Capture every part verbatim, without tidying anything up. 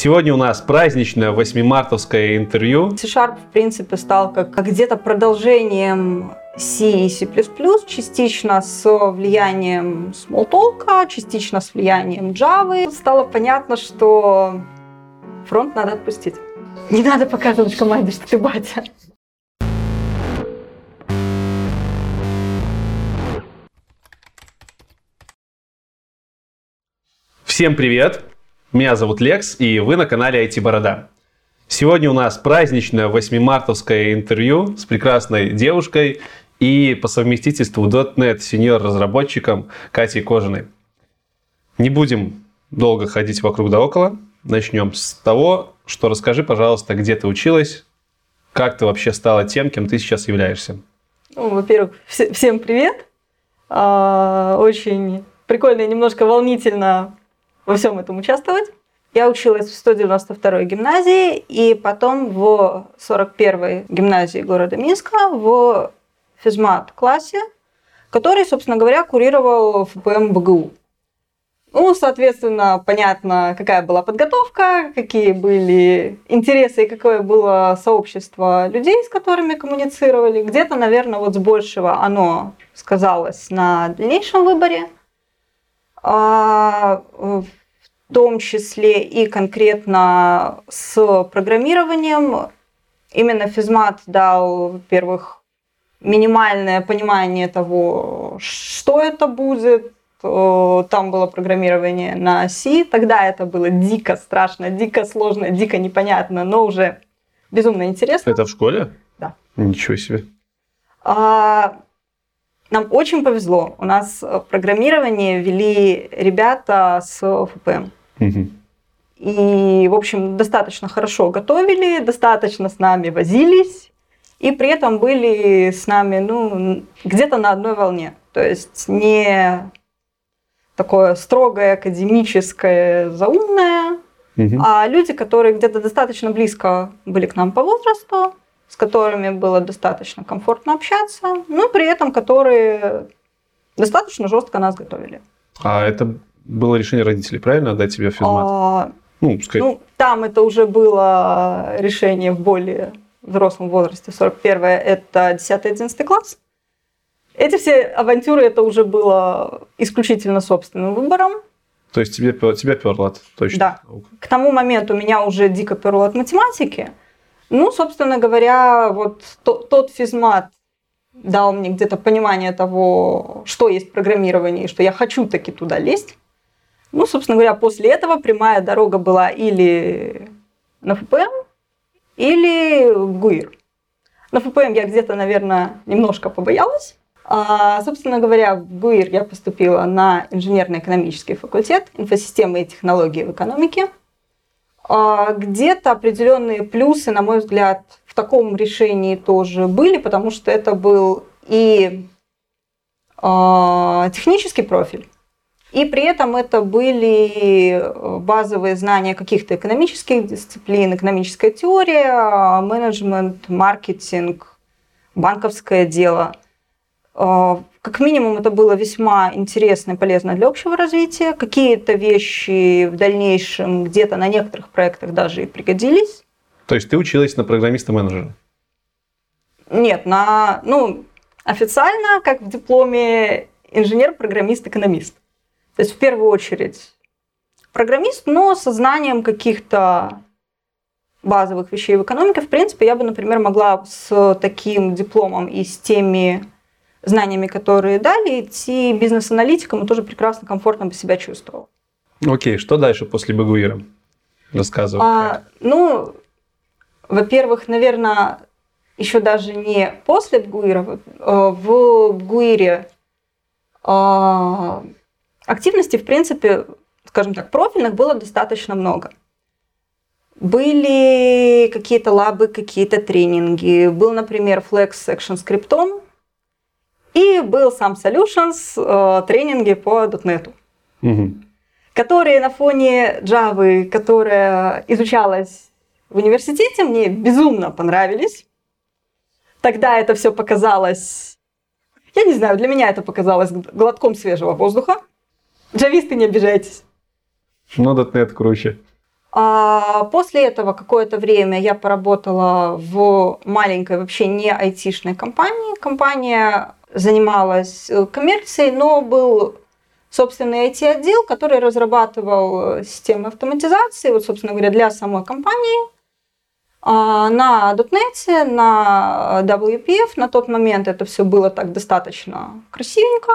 Сегодня у нас праздничное восьмимартовское интервью. C-Sharp, в принципе, стал как, как где-то продолжением C и C++, частично с влиянием Smalltalk, частично с влиянием Java. Стало понятно, что фронт надо отпустить. Не надо показывать команде, что ты батя. Всем привет! Меня зовут Лекс, и вы на канале ай ти-Борода. Сегодня у нас праздничное восьмимартовское интервью с прекрасной девушкой и по совместительству .дот нет сеньор-разработчиком Катей Кожиной. Не будем долго ходить вокруг да около. Начнем с того, что расскажи, пожалуйста, где ты училась, как ты вообще стала тем, кем ты сейчас являешься. Ну, во-первых, вс- всем привет. А, очень прикольно и немножко волнительно во всем этом участвовать. Я училась в сто девяносто второй гимназии и потом в сорок первой гимназии города Минска в физмат-классе, который, собственно говоря, курировал эф пэ эм бэ гэ у. Ну, соответственно, понятно, какая была подготовка, какие были интересы и какое было сообщество людей, с которыми коммуницировали. Где-то, наверное, вот с большего оно сказалось на дальнейшем выборе. А, в том числе и конкретно с программированием. Именно физмат дал, во-первых, минимальное понимание того, что это будет. Там было программирование на C. Тогда это было дико страшно, дико сложно, дико непонятно, но уже безумно интересно. Это в школе? Да. Ничего себе. А, нам очень повезло. У нас программирование вели ребята с эф пэ эм. Угу. И, в общем, достаточно хорошо готовили, достаточно с нами возились, и при этом были с нами, ну, где-то на одной волне. То есть не такое строгое, академическое, заумное, угу. а люди, которые где-то достаточно близко были к нам по возрасту, с которыми было достаточно комфортно общаться, но при этом которые достаточно жестко нас готовили. А это было решение родителей, правильно, отдать тебе физмат? А, ну, сказать... ну, там это уже было решение в более взрослом возрасте. сорок первое это десятый-одиннадцатый класс. Эти все авантюры это уже было исключительно собственным выбором. То есть тебе, тебя перло от точно? Да. К тому моменту меня уже дико перло от математики. Ну, собственно говоря, вот тот, тот физмат дал мне где-то понимание того, что есть программирование, и что я хочу таки туда лезть. Ну, собственно говоря, после этого прямая дорога была или на эф пэ эм, или в ГУИР. На эф пэ эм я где-то, наверное, немножко побоялась. А, собственно говоря, в ГУИР я поступила на инженерно-экономический факультет, инфосистемы и технологии в экономике. А, где-то определенные плюсы, на мой взгляд, в таком решении тоже были, потому что это был и а, технический профиль, и при этом это были базовые знания каких-то экономических дисциплин, экономическая теория, менеджмент, маркетинг, банковское дело. Как минимум это было весьма интересно и полезно для общего развития. Какие-то вещи в дальнейшем где-то на некоторых проектах даже и пригодились. То есть ты училась на программиста-менеджера? Нет, на, ну, официально, как в дипломе, инженер-программист-экономист. То есть в первую очередь программист, но со знанием каких-то базовых вещей в экономике. В принципе, я бы, например, могла с таким дипломом и с теми знаниями, которые дали, идти бизнес-аналитиком и тоже прекрасно, комфортно бы себя чувствовала. Окей, что дальше после БГУИРа? Рассказывай. А, ну, во-первых, наверное, еще даже не после БГУИРа. В БГУИРе активностей, в принципе, скажем так, профильных было достаточно много. Были какие-то лабы, какие-то тренинги. Был, например, Flex Action Scripton. И был сам Solutions, тренинги по .дот нет. Угу. Которые на фоне Java, которая изучалась в университете, мне безумно понравились. Тогда это все показалось... Я не знаю, для меня это показалось глотком свежего воздуха. Джависты, не обижайтесь. Но .дот нет круче. А после этого какое-то время я поработала в маленькой, вообще не айтишной компании. Компания занималась коммерцией, но был собственный ай ти-отдел, который разрабатывал системы автоматизации, вот, собственно говоря, для самой компании на .дот нет, на дабл ю пи эф. На тот момент это все было так достаточно красивенько.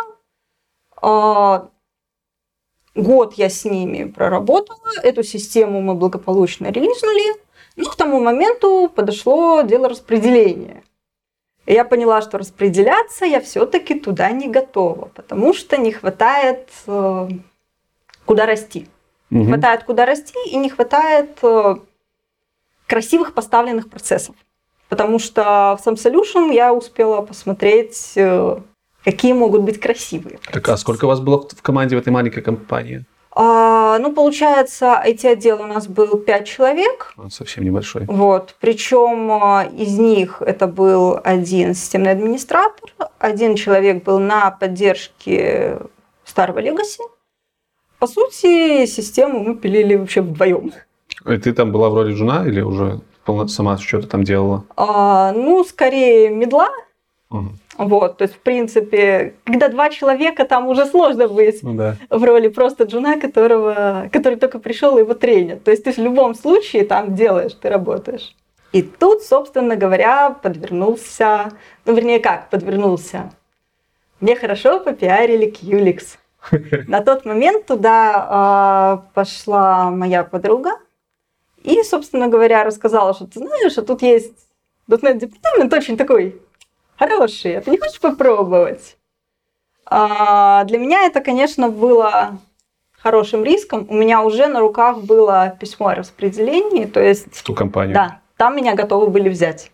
Год я с ними проработала, эту систему мы благополучно релизнули, но к тому моменту подошло дело распределения. И я поняла, что распределяться я все-таки туда не готова, потому что не хватает э, куда расти. Угу. Не хватает куда расти и не хватает э, красивых поставленных процессов. Потому что в Sam Solution я успела посмотреть, э, какие могут быть красивые процессы. Так, а сколько у вас было в команде в этой маленькой компании? А, ну, получается, ай ти-отдел у нас был пять человек. Он совсем небольшой. Вот. Причем из них это был один системный администратор, один человек был на поддержке старого Legacy. По сути, систему мы пилили вообще вдвоем. И ты там была в роли жена или уже сама что-то там делала? А, ну, скорее, медла. Угу. Вот, то есть, в принципе, когда два человека, там уже сложно быть ну, да. в роли просто джуна, которого, который только пришел и его тренят. То есть ты в любом случае там делаешь, ты работаешь. И тут, собственно говоря, подвернулся, ну, вернее, как подвернулся. Мне хорошо попиарили Qlix. На тот момент туда э, пошла моя подруга и, собственно говоря, рассказала, что ты знаешь, а тут есть .дот нет департамент очень такой хороший, а ты не хочешь попробовать? А для меня это, конечно, было хорошим риском. У меня уже на руках было письмо о распределении, то есть... В ту компанию? Да, там меня готовы были взять.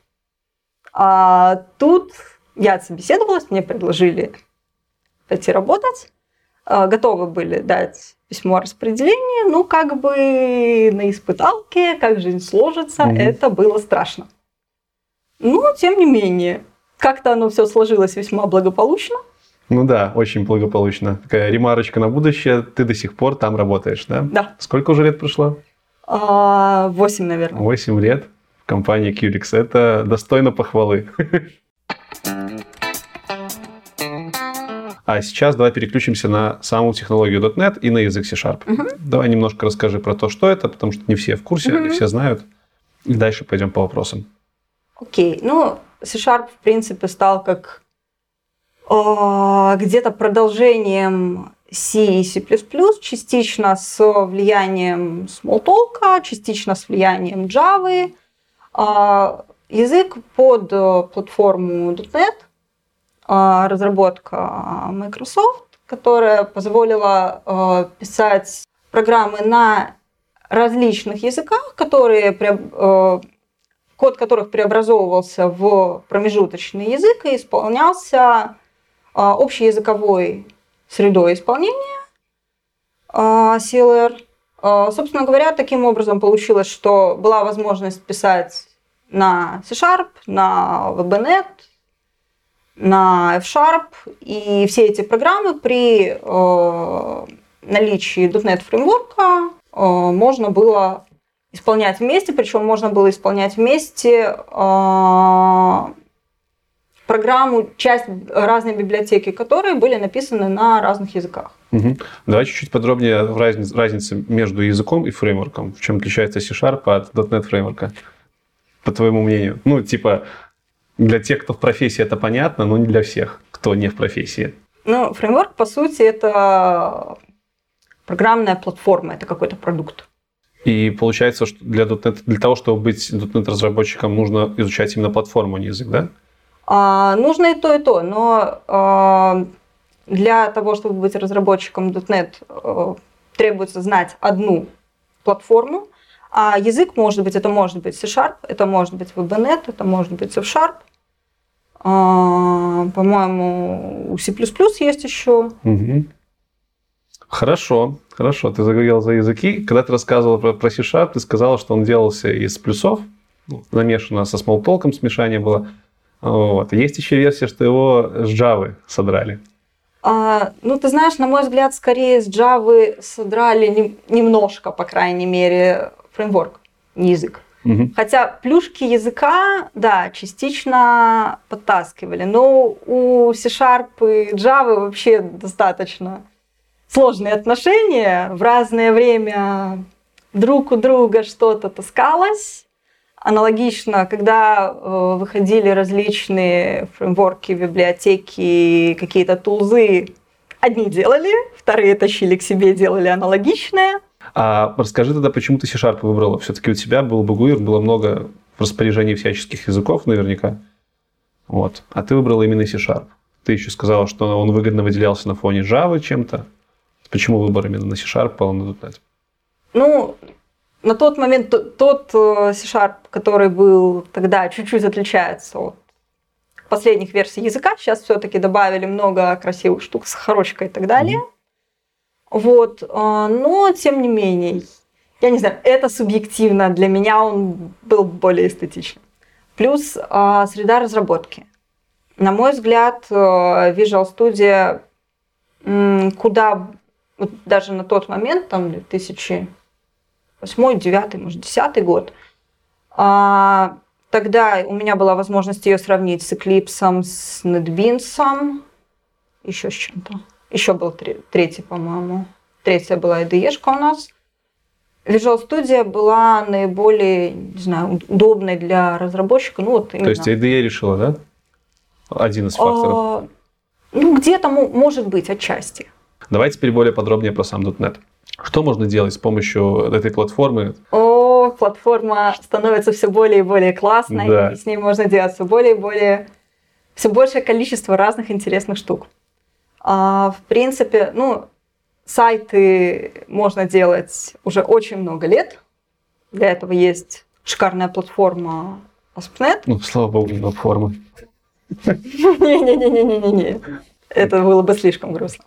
А тут я отсобеседовалась, мне предложили пойти работать, а, готовы были дать письмо о распределении, ну, как бы на испыталке, как жизнь сложится, mm-hmm. это было страшно. Но, тем не менее... Как-то оно все сложилось весьма благополучно. Ну да, очень благополучно. Такая ремарочка на будущее. Ты до сих пор там работаешь, да? Да. Сколько уже лет прошло? Восемь, наверное. Восемь лет в компании Qlix. Это достойно похвалы. А сейчас давай переключимся на саму технологию .дот нет и на язык C-Sharp. Угу. Давай немножко расскажи про то, что это, потому что не все в курсе, угу. не все знают. И дальше пойдем по вопросам. Окей, ну... C-Sharp, в принципе, стал как э, где-то продолжением C и C++, частично с влиянием Smalltalk, частично с влиянием Java. Э, язык под платформу .дот нет, э, разработка Microsoft, которая позволила э, писать программы на различных языках, которые... Э, код которых преобразовывался в промежуточный язык и исполнялся а, общеязыковой средой исполнения а, си эл ар. А, собственно говоря, таким образом получилось, что была возможность писать на C-Sharp, на ви би нет, на F-Sharp, и все эти программы при а, наличии .дот нет фреймворка а, можно было исполнять вместе, причем можно было исполнять вместе э, программу, часть разной библиотеки, которые были написаны на разных языках. Угу. Давай чуть-чуть подробнее в разнице, разнице между языком и фреймворком. В чем отличается C-Sharp от .дот нет фреймворка, по твоему мнению? Ну, типа, для тех, кто в профессии, это понятно, но не для всех, кто не в профессии. Ну, фреймворк, по сути, это программная платформа, это какой-то продукт. И получается, что для .дот нет, для того, чтобы быть .дот нет разработчиком, нужно изучать именно платформу, а не язык, да? А, нужно и то, и то, но а, для того, чтобы быть разработчиком .дот нет, а, требуется знать одну платформу, а язык может быть, это может быть C-Sharp, это может быть ви би нет, это может быть F-Sharp. А, по-моему, у C++ есть еще. Угу. Хорошо, хорошо. Ты заговорил за языки. Когда ты рассказывала про, про C-Sharp, ты сказала, что он делался из плюсов, ну, замешано со Smalltalk, смешание было. Вот. Есть еще версия, что его с Java содрали. А, ну, ты знаешь, на мой взгляд, скорее с Java содрали не, немножко, по крайней мере. фреймворк, не язык. Угу. Хотя плюшки языка, да, частично подтаскивали, но у C-Sharp и Java вообще достаточно сложные отношения. В разное время друг у друга что-то таскалось. Аналогично, когда э, выходили различные фреймворки, библиотеки, какие-то тулзы, одни делали, вторые тащили к себе, делали аналогичное. А расскажи тогда, почему ты C-Sharp выбрала? Все-таки у тебя был Богуир, было много в распоряжении всяческих языков наверняка. Вот. А ты выбрала именно C-Sharp. Ты еще сказала, что он выгодно выделялся на фоне Java чем-то. Почему выбор именно на C-Sharp, а на .NET? Ну, на тот момент тот C-Sharp, который был тогда, чуть-чуть отличается от последних версий языка. Сейчас все-таки добавили много красивых штук с хорочкой и так далее. Mm-hmm. Вот, но тем не менее, я не знаю, это субъективно, для меня он был более эстетичным. Плюс среда разработки. На мой взгляд, Visual Studio куда, даже на тот момент, там две тысячи восьмой, две тысячи девятый, может, две тысячи десятый год, тогда у меня была возможность ее сравнить с Eclipse, с NetBeans, еще с чем-то. Еще был третий, по-моему. Третья была ай ди и-шка у нас. Visual Studio была наиболее, не знаю, удобной для разработчика. Ну, вот именно. То есть ай ди и решила, да? Один из факторов. А, ну, где-то может быть, отчасти. Давай теперь более подробнее про сам .NET. Что можно делать с помощью этой платформы? О, платформа становится все более и более классной. Да. И с ней можно делать все более и более... Все большее количество разных интересных штук. В принципе, ну, сайты можно делать уже очень много лет. Для этого есть шикарная платформа эй эс пи точка нет. Ну, слава богу, не платформа. Не-не-не-не-не-не. Это было бы слишком грустно.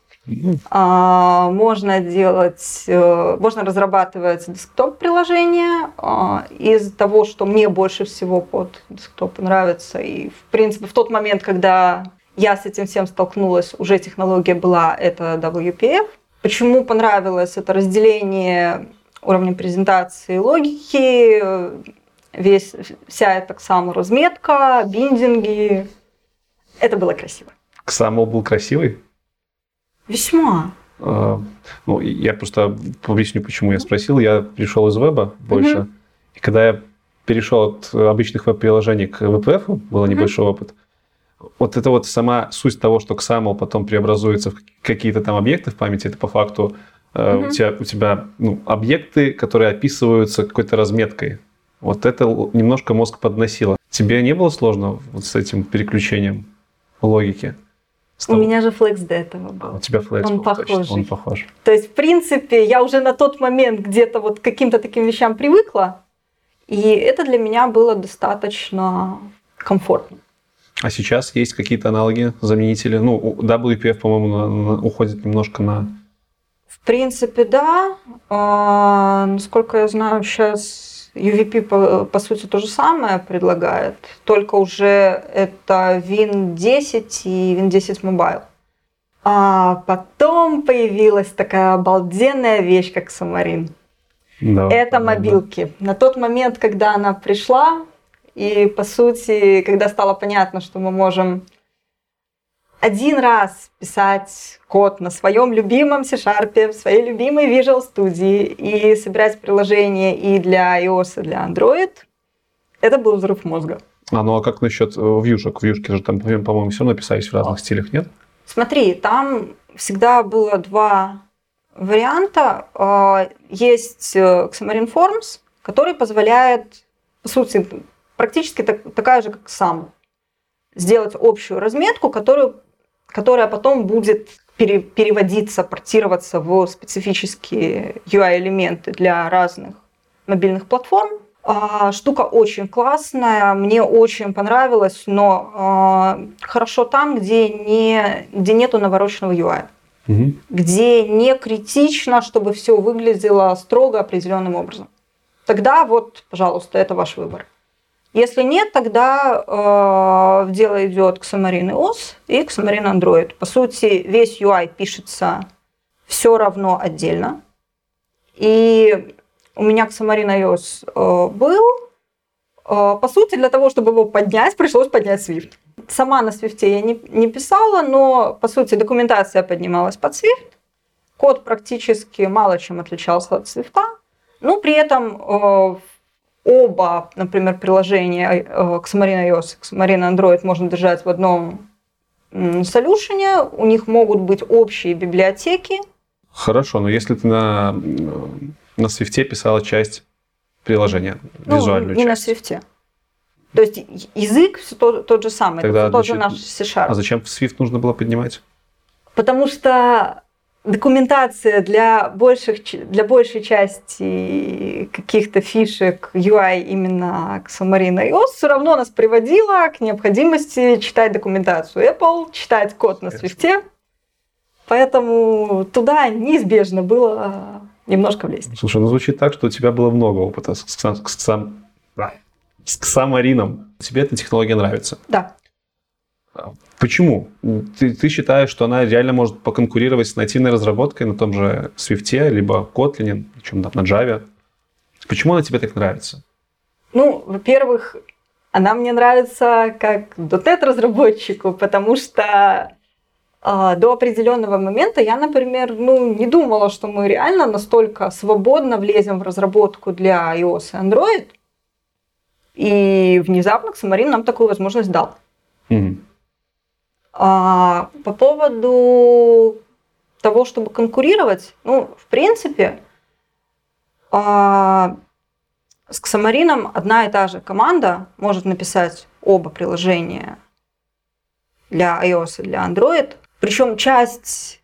А, можно делать, можно разрабатывать десктоп-приложения. А, из того, что мне больше всего под десктоп нравится. И, в принципе, в тот момент, когда я с этим всем столкнулась, уже технология была, это дабл ю пи эф. Почему понравилось это разделение уровня презентации, логики, весь, вся эта саморазметка, биндинги. Это было красиво. Ксамл был красивый? Весьма. А, ну, я просто объясню, почему я спросил. Я пришел из веба больше. Mm-hmm. И когда я перешел от обычных веб-приложений к ви пи эф, был mm-hmm. небольшой опыт. Вот это вот сама суть того, что ксамл потом преобразуется в какие-то там объекты в памяти, это по факту mm-hmm. у тебя, у тебя ну, объекты, которые описываются какой-то разметкой. Вот это немножко мозг подносило. Тебе не было сложно вот с этим переключением логики? У меня же Flex до этого был. А, у тебя Flex он был, похожий. Точно, он похож. То есть, в принципе, я уже на тот момент где-то вот к каким-то таким вещам привыкла, и это для меня было достаточно комфортно. А сейчас есть какие-то аналоги, заменители? Ну, дабл ю пи эф, по-моему, на, на, уходит немножко на... В принципе, да. А, насколько я знаю, сейчас ю ви пи, по, по сути, то же самое предлагает, только уже это вин десять и вин десять Mobile. А потом появилась такая обалденная вещь, как Xamarin. Да, это мобилки. Да. На тот момент, когда она пришла, и, по сути, когда стало понятно, что мы можем один раз писать код на своем любимом C-Sharp, в своей любимой Visual Studio и собирать приложения и для iOS, и для Android, это был взрыв мозга. А ну а как насчет вьюшек? Вьюшки же там, по-моему, все написались в разных О. стилях, нет? Смотри, там всегда было два варианта. Есть Xamarin Forms, который позволяет, по сути, практически так, такая же, как сам, сделать общую разметку, которую, которая потом будет пере, переводиться, портироваться в специфические ю ай-элементы для разных мобильных платформ. А, штука очень классная, мне очень понравилась, но а, хорошо там, где, не, где нету навороченного ю ай. Угу. Где не критично, чтобы все выглядело строго определенным образом. Тогда вот, пожалуйста, это ваш выбор. Если нет, тогда э, в дело идет Xamarin эй о эс и Xamarin Android. По сути, весь ю ай пишется все равно отдельно. И у меня Xamarin iOS э, был. Э, по сути, для того, чтобы его поднять, пришлось поднять Swift. Сама на Swift я не, не писала, но, по сути, документация поднималась под Swift. Код практически мало чем отличался от Swift. Но при этом э, оба, например, приложения э, Xamarin iOS и Xamarin Android можно держать в одном м, солюшене. У них могут быть общие библиотеки. Хорошо, но если ты на, на Swift писала часть приложения, ну, визуальную не часть. Не на Swift. То есть язык все тот, тот же самый, Тогда это тот же значит, наш C-Sharp. А зачем в Swift нужно было поднимать? Потому что документация для, больших, для большей части каких-то фишек ю ай именно к Xamarin iOS все равно нас приводила к необходимости читать документацию Apple, читать код на Swift. Поэтому туда неизбежно было немножко влезть. Слушай, ну звучит так, что у тебя было много опыта с, с, с, с Xamarin. Тебе эта технология нравится? Да. Почему? Ты, ты считаешь, что она реально может поконкурировать с нативной разработкой на том же Swift, либо Kotlin, чем на Java? Почему она тебе так нравится? Ну, во-первых, она мне нравится как дот нет-разработчику, потому что э, до определенного момента я, например, ну, не думала, что мы реально настолько свободно влезем в разработку для iOS и Android. И внезапно Xamarin нам такую возможность дал. Mm-hmm. А, по поводу того, чтобы конкурировать, ну, в принципе, а, с Xamarin одна и та же команда может написать оба приложения для iOS и для Android. Причем часть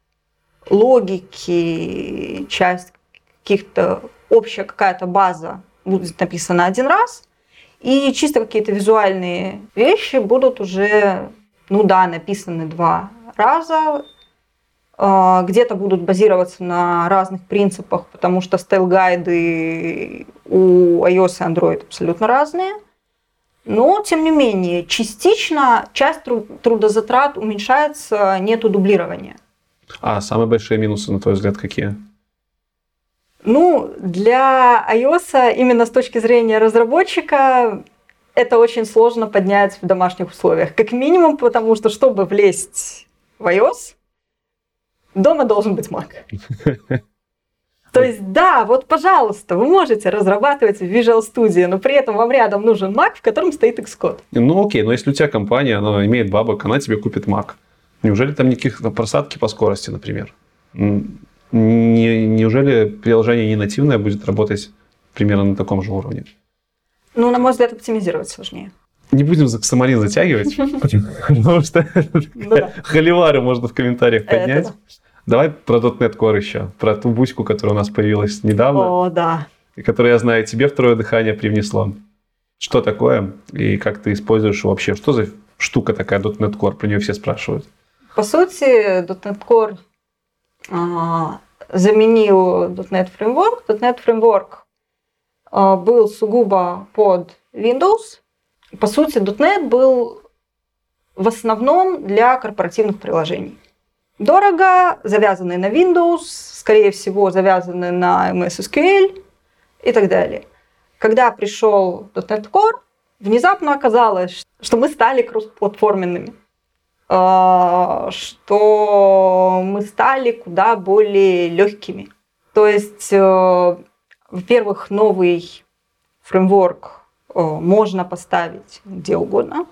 логики, часть каких-то общая какая-то база будет написана один раз, и чисто какие-то визуальные вещи будут уже, ну да, написаны два раза. Где-то будут базироваться на разных принципах, потому что стайл-гайды у iOS и Android абсолютно разные. Но, тем не менее, частично часть трудозатрат уменьшается, нету дублирования. А самые большие минусы, на твой взгляд, какие? Ну, для iOS именно с точки зрения разработчика это очень сложно поднять в домашних условиях. Как минимум, потому что, чтобы влезть в iOS, дома должен быть Mac. То есть, да, вот, пожалуйста, вы можете разрабатывать в Visual Studio, но при этом вам рядом нужен Mac, в котором стоит Xcode. Ну, окей, но если у тебя компания, она имеет бабок, она тебе купит Mac. Неужели там никаких просадки по скорости, например? Не, неужели приложение не нативное будет работать примерно на таком же уровне? Ну, на мой взгляд, оптимизировать сложнее. Не будем за Xamarin затягивать, потому что холивары можно в комментариях поднять. Давай про дот нет Core еще, про ту буську, которая у нас появилась недавно. О, да. И которая, я знаю, тебе второе дыхание привнесло. Что такое и как ты используешь вообще? Что за штука такая дот нет Core? Про нее все спрашивают. По сути, дот нет Core а, заменил дот нет Framework. дот нет Framework а, был сугубо под Windows. По сути, дот нет был в основном для корпоративных приложений. Дорого, завязанный на Windows, скорее всего, завязанный на эм эс эс кью эль и так далее. Когда пришел дот нет Core, внезапно оказалось, что мы стали кроссплатформенными, что мы стали куда более легкими. То есть, во-первых, новый фреймворк можно поставить где угодно,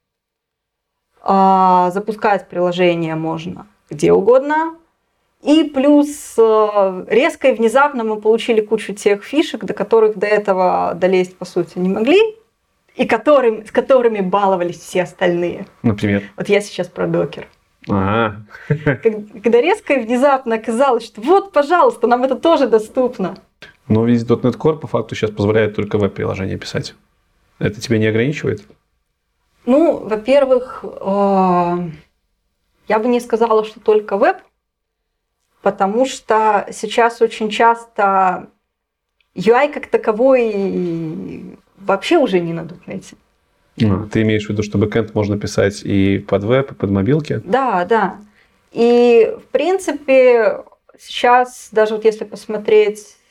запускать приложение можно где угодно. И плюс резко и внезапно мы получили кучу тех фишек, до которых до этого долезть, по сути, не могли, и которым, с которыми баловались все остальные. Например? Вот я сейчас про докер. А-а-а. Когда резко и внезапно оказалось, что вот, пожалуйста, нам это тоже доступно. Но ведь дот нет Core по факту сейчас позволяет только веб-приложение писать. Это тебя не ограничивает? Ну, во-первых, я бы не сказала, что только веб, потому что сейчас очень часто ю ай как таковой вообще уже не на дот нет. А, ты имеешь в виду, что бэкэнд можно писать и под веб, и под мобилки? Да, да. И, в принципе, сейчас, даже вот если посмотреть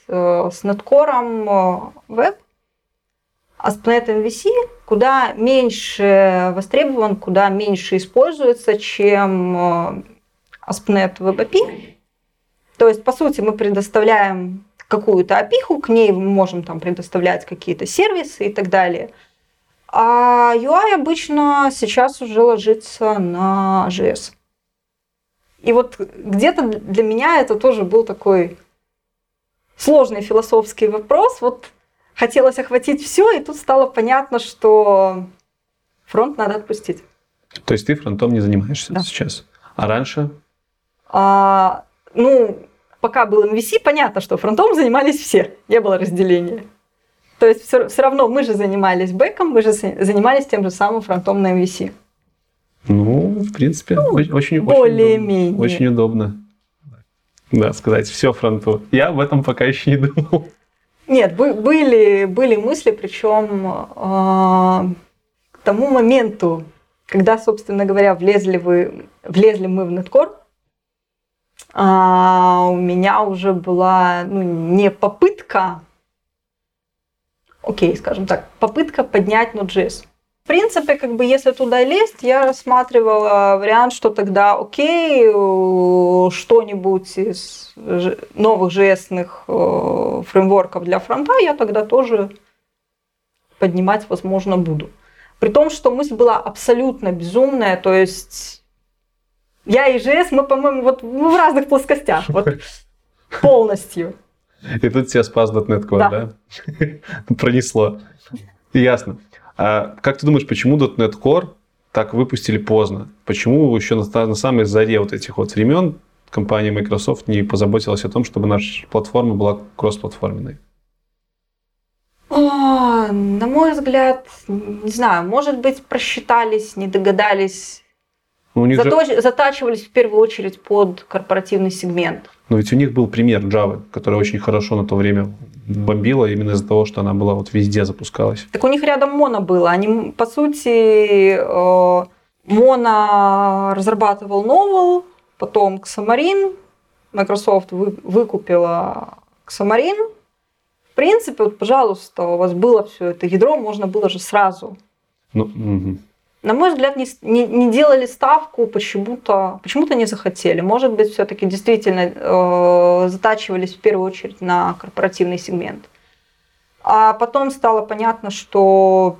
с Netcore Web, а с .NET эм ви си куда меньше востребован, куда меньше используется, чем эй эс пи точка нет Web эй пи ай. То есть, по сути, мы предоставляем какую-то эй пи ай, к ней мы можем там предоставлять какие-то сервисы и так далее. А ю ай обычно сейчас уже ложится на джей эс. И вот где-то для меня это тоже был такой сложный философский вопрос. Вот хотелось охватить все, и тут стало понятно, что фронт надо отпустить. То есть ты фронтом не занимаешься да. сейчас? А раньше? А, ну, пока был эм ви си, понятно, что фронтом занимались все. Не было разделения. То есть все, все равно мы же занимались бэком, мы же занимались тем же самым фронтом на эм ви си. Ну, в принципе, ну, очень, более-менее. Очень, очень удобно. Да, сказать все фронту. Я об этом пока еще не думал. Нет, были, были мысли, причем э, к тому моменту, когда, собственно говоря, влезли, вы, влезли мы в Netcore, э, у меня уже была ну, не попытка, окей, скажем так, попытка поднять Node.js. В принципе, как бы, если туда лезть, я рассматривала вариант, что тогда окей, что-нибудь из новых джей эс-ных фреймворков для фронта я тогда тоже поднимать, возможно, буду. При том, что мысль была абсолютно безумная, то есть я и джей эс, мы, по-моему, вот мы в разных плоскостях, вот полностью. И тут тебя спас .дот нет Core, да? да? Пронесло. Ясно. А как ты думаешь, почему .дот нет Core так выпустили поздно? Почему еще на, на самой заре вот этих вот времен компания Microsoft не позаботилась о том, чтобы наша платформа была кроссплатформенной? О, на мой взгляд, не знаю, может быть, просчитались, не догадались. Ну, Заточ... же... Затачивались в первую очередь под корпоративный сегмент. Но ведь у них был пример Java, которая очень хорошо на то время бомбила именно из-за того, что она была вот везде запускалась. Так у них рядом Mono было. Они, по сути, Mono разрабатывал Novel, потом Xamarin, Microsoft вы, выкупила Xamarin. В принципе, вот, пожалуйста, у вас было все это ядро, можно было же сразу. Ну, угу. На мой взгляд, не, не, не делали ставку, почему-то, почему-то не захотели. Может быть, все-таки действительно э, затачивались в первую очередь на корпоративный сегмент. А потом стало понятно, что,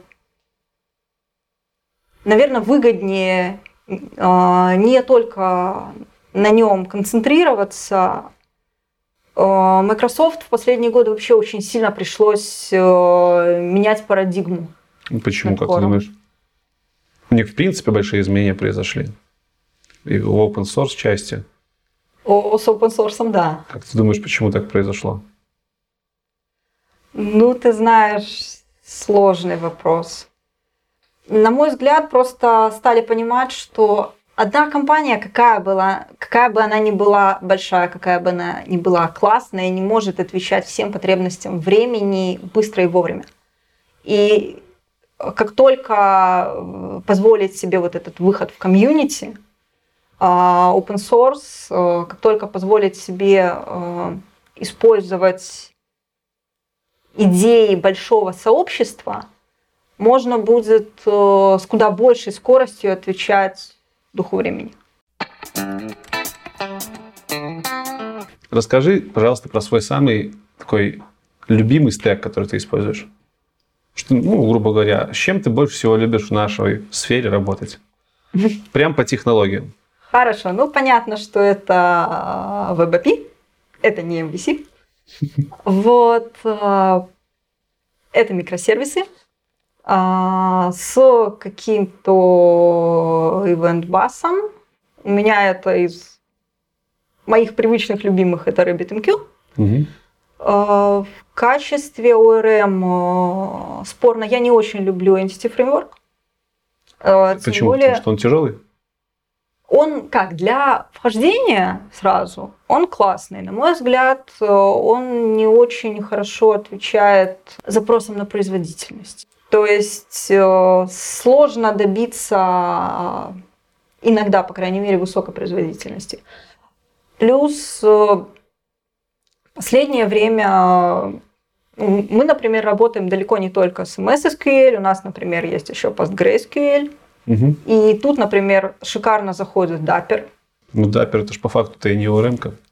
наверное, выгоднее э, не только на нем концентрироваться. Э, Microsoft в последние годы вообще очень сильно пришлось э, менять парадигму. Почему, как ты думаешь? У них, в принципе, большие изменения произошли. И в open source части. О, с open source, да. Как ты думаешь, почему так произошло? Ну, ты знаешь, сложный вопрос. На мой взгляд, просто стали понимать, что одна компания, какая, была, какая бы она ни была большая, какая бы она ни была классная, не может отвечать всем потребностям времени быстро и вовремя. И как только позволить себе вот этот выход в комьюнити, open source, как только позволить себе использовать идеи большого сообщества, можно будет с куда большей скоростью отвечать духу времени. Расскажи, пожалуйста, про свой самый такой любимый стэк, который ты используешь. Что, ну, грубо говоря, с чем ты больше всего любишь в нашей сфере работать? Прям по технологиям. Хорошо. Ну, понятно, что это Web эй пи ай, это не эм ви си. Вот. Это микросервисы с каким-то event-басом. У меня это из моих привычных любимых, это RabbitMQ. Угу. В качестве о эр эм спорно, я не очень люблю Entity Framework. Почему? Более... Потому что он тяжелый? Он как, для вхождения сразу, он классный. На мой взгляд, он не очень хорошо отвечает запросам на производительность. То есть сложно добиться иногда, по крайней мере, высокой производительности. Плюс Последнее время мы, например, работаем далеко не только с эм эс эс кью эль, у нас, например, есть еще PostgreSQL. Угу. И тут, например, шикарно заходит Dapper. Ну, Dapper это же по факту-то и не о эр эм-ка.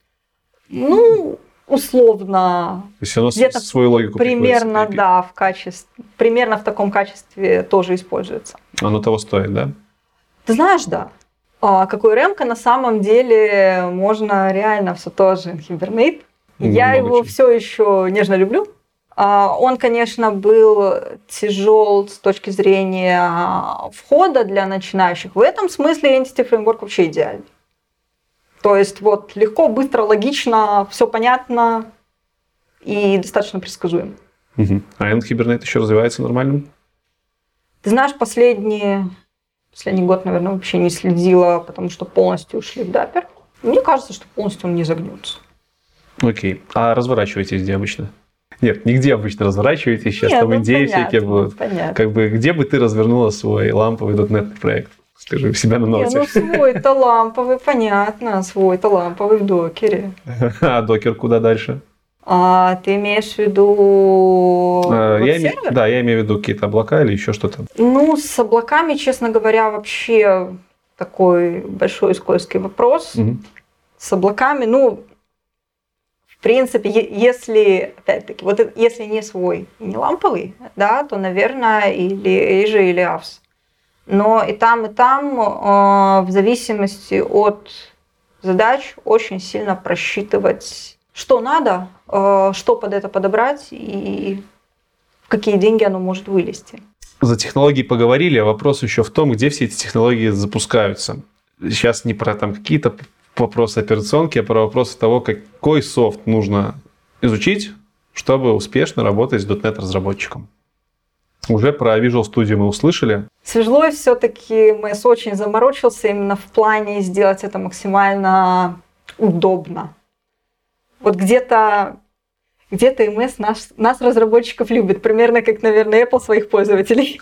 Ну, условно. То есть оно где-то свою логику примерно, да, в качестве, примерно в таком качестве тоже используется. Оно того стоит, да? Ты знаешь, да. А как о эр эм-ка на самом деле можно реально все тоже Hibernate. Я его чем. все еще нежно люблю. Он, конечно, был тяжел с точки зрения входа для начинающих. В этом смысле Entity Framework вообще идеальный. То есть вот легко, быстро, логично, все понятно и достаточно предсказуемо. Угу. А Hibernate еще развивается нормально? Ты знаешь, последний, последний год, наверное, вообще не следила, потому что полностью ушли в Dapper. Мне кажется, что полностью он не загнется. Окей. А разворачиваетесь где обычно? Нет, нигде обычно разворачиваетесь. Сейчас Нет, там ну, идеи понятно, всякие будут. Понятно. Как бы, где бы ты развернула свой ламповый .дот нет проект? Скажи, у себя на ноте. Не, ну свой-то ламповый, понятно. Свой-то ламповый в докере. А докер куда дальше? А, ты имеешь в виду а, я име... Да, я имею в виду какие-то облака или еще что-то. Ну, с облаками, честно говоря, вообще такой большой скользкий вопрос. Угу. С облаками, ну, в принципе, если, опять-таки, вот если не свой, не ламповый, да, то, наверное, или Azure, или эй ви эс. Но и там, и там, э, в зависимости от задач, очень сильно просчитывать, что надо, э, что под это подобрать и в какие деньги оно может вылезти. За технологии поговорили, а вопрос еще в том, где все эти технологии запускаются. Сейчас не про там какие-то вопросы операционки, а про вопросы того, какой софт нужно изучить, чтобы успешно работать с .дот нет разработчиком. Уже про Visual Studio мы услышали. С Visual все-таки эм эс очень заморочился именно в плане сделать это максимально удобно. Вот где-то, где-то эм эс наш, нас, разработчиков, любит. Примерно как, наверное, Apple своих пользователей.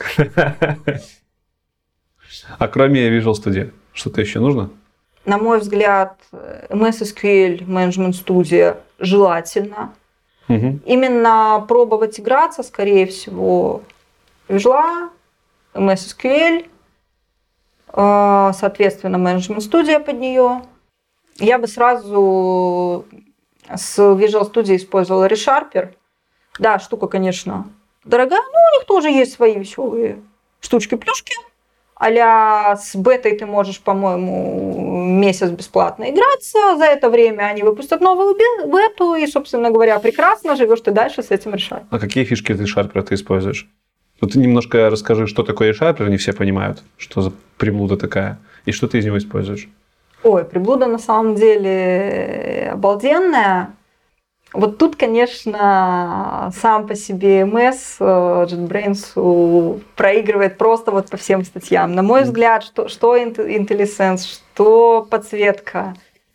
А кроме Visual Studio, что-то еще нужно? На мой взгляд, эм эс эс кью эль Management Studio желательно. Угу. Именно пробовать играться, скорее всего, Visual, эм эс эс кью эль, соответственно, Management Studio под нее. Я бы сразу с Visual Studio использовала ReSharper. Да, штука, конечно, дорогая, но у них тоже есть свои веселые штучки-плюшки. А-ля с бетой ты можешь, по-моему, месяц бесплатно играться. За это время они выпустят новую бету. И, собственно говоря, прекрасно живешь ты дальше с этим ReSharper. А какие фишки ReSharper ты используешь? Вот ты немножко расскажи, что такое ReSharper, не все понимают, что за приблуда такая, и что ты из него используешь. Ой, приблуда на самом деле обалденная. Вот тут, конечно, сам по себе эм эс JetBrains проигрывает просто вот по всем статьям. На мой взгляд, что, что IntelliSense, что подсветка,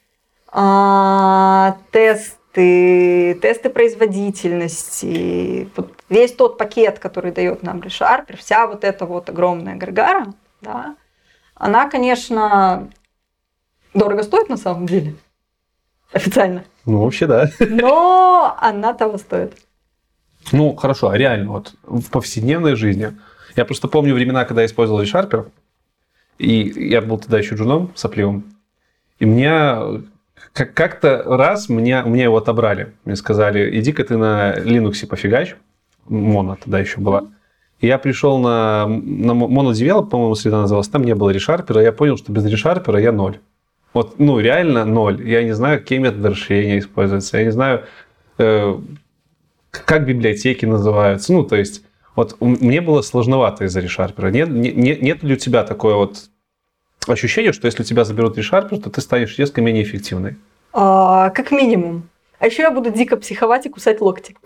а, тесты, тесты производительности, вот весь тот пакет, который дает нам ReSharper, вся вот эта вот огромная гаргара, да, она, конечно, дорого стоит на самом деле, официально. Ну, вообще, да. Но она того стоит. Ну, хорошо, а реально, вот в повседневной жизни. Я просто помню времена, когда я использовал ReSharper, и я был тогда еще джуном сопливым, и мне как-то раз меня, мне его отобрали. Мне сказали, иди-ка ты на Linux пофигач. Mono тогда еще была. И я пришел на, на MonoDevelop, по-моему, среда называлась, там не было ReSharper, и я понял, что без ReSharper я ноль. Вот, ну, реально ноль. Я не знаю, какие методы расширения используются. Я не знаю, э, как библиотеки называются. Ну, то есть, вот мне было сложновато из-за ReSharper. Нет, нет, нет ли у тебя такое вот ощущение, что если у тебя заберут ReSharper, то ты станешь резко менее эффективной? А, как минимум. А еще я буду дико психовать и кусать локти.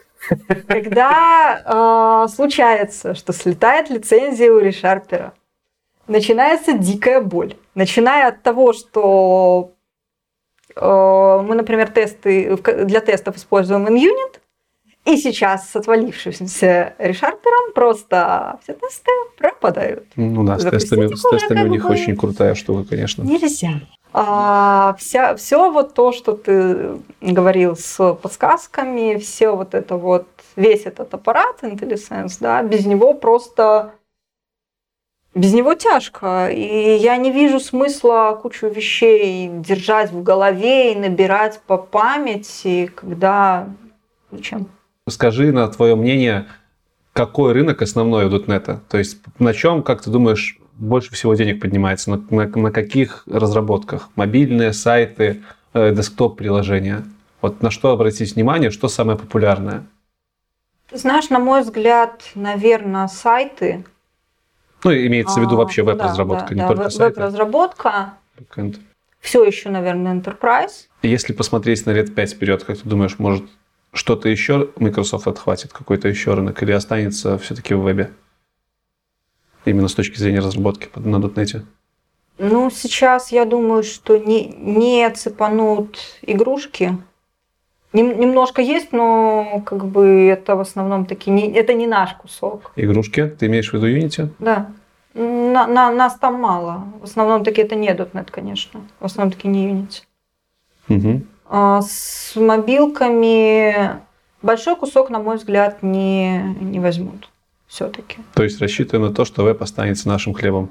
Когда э, случается, что слетает лицензия у ReSharper, начинается дикая боль. Начиная от того, что э, мы, например, тесты, для тестов используем InUnit, И сейчас с отвалившимся решарпером просто все тесты пропадают. Ну да, с тестами, с тестами у них бы... очень крутая штука, конечно. Нельзя. А, вся, все вот то, что ты говорил с подсказками, все вот это вот, весь этот аппарат IntelliSense, да, без него просто, без него тяжко. И я не вижу смысла кучу вещей держать в голове и набирать по памяти, когда... Зачем? Скажи, на твое мнение, какой рынок основной у .дот нет? То есть на чем, как ты думаешь, больше всего денег поднимается? На, на, на каких разработках? Мобильные, сайты, э, десктоп-приложения? Вот на что обратить внимание, что самое популярное? Ты знаешь, на мой взгляд, наверное, сайты. Ну, имеется в виду вообще веб-разработка, да, не да, только веб- сайты. Веб-разработка. Backend. Все еще, наверное, Enterprise. Если посмотреть на лет пять вперед, как ты думаешь, может что-то еще Microsoft отхватит, какой-то еще рынок, или останется все-таки в вебе? Именно с точки зрения разработки на .дот нет? Ну, сейчас я думаю, что не, не цепанут игрушки. Нем, немножко есть, но как бы это в основном таки не, это не наш кусок. Игрушки? Ты имеешь в виду Unity? Да. На, на, нас там мало. В основном таки это не .дот нет, конечно. В основном таки не Unity. Угу. А с мобилками большой кусок, на мой взгляд, не, не возьмут все-таки. То есть рассчитываю на то, что веб останется нашим хлебом?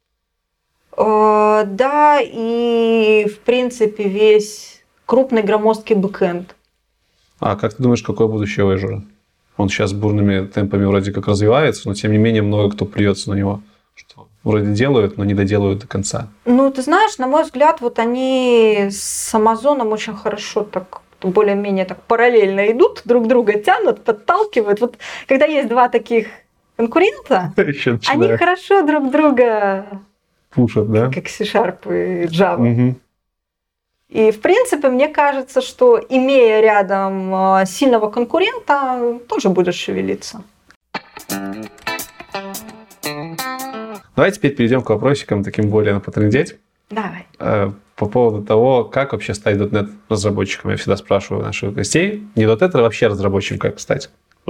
А, да, и в принципе весь крупный громоздкий бэкэнд. А как ты думаешь, какое будущее у Azure? Он сейчас бурными темпами вроде как развивается, но тем не менее много кто плюется на него. Что вроде делают, но не доделают до конца. Ну, ты знаешь, на мой взгляд, вот они с Амазоном очень хорошо так более-менее так параллельно идут, друг друга тянут, подталкивают. Вот когда есть два таких конкурента, они хорошо друг друга пушат, да? Как C-Sharp и Java. Угу. И, в принципе, мне кажется, что, имея рядом сильного конкурента, тоже будешь шевелиться. Давай теперь перейдем к вопросикам таким более потрындеть. Давай. По поводу того, как вообще стать .дот нет разработчиком. Я всегда спрашиваю наших гостей. Не .дот нет, а вообще разработчиком как стать.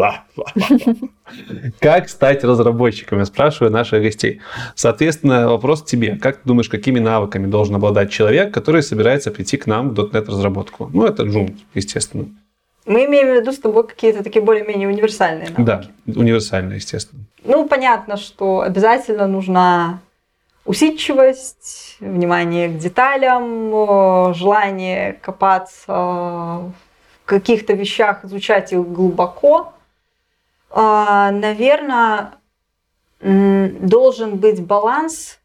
Как стать разработчиком? Я спрашиваю наших гостей. Соответственно, вопрос к тебе. Как ты думаешь, какими навыками должен обладать человек, который собирается прийти к нам в .дот нет разработку? Ну, это джун, естественно. Мы имеем в виду с тобой какие-то такие более-менее универсальные навыки. Да, универсальные, естественно. Ну, понятно, что обязательно нужна усидчивость, внимание к деталям, желание копаться в каких-то вещах, изучать их глубоко. Наверное, должен быть баланс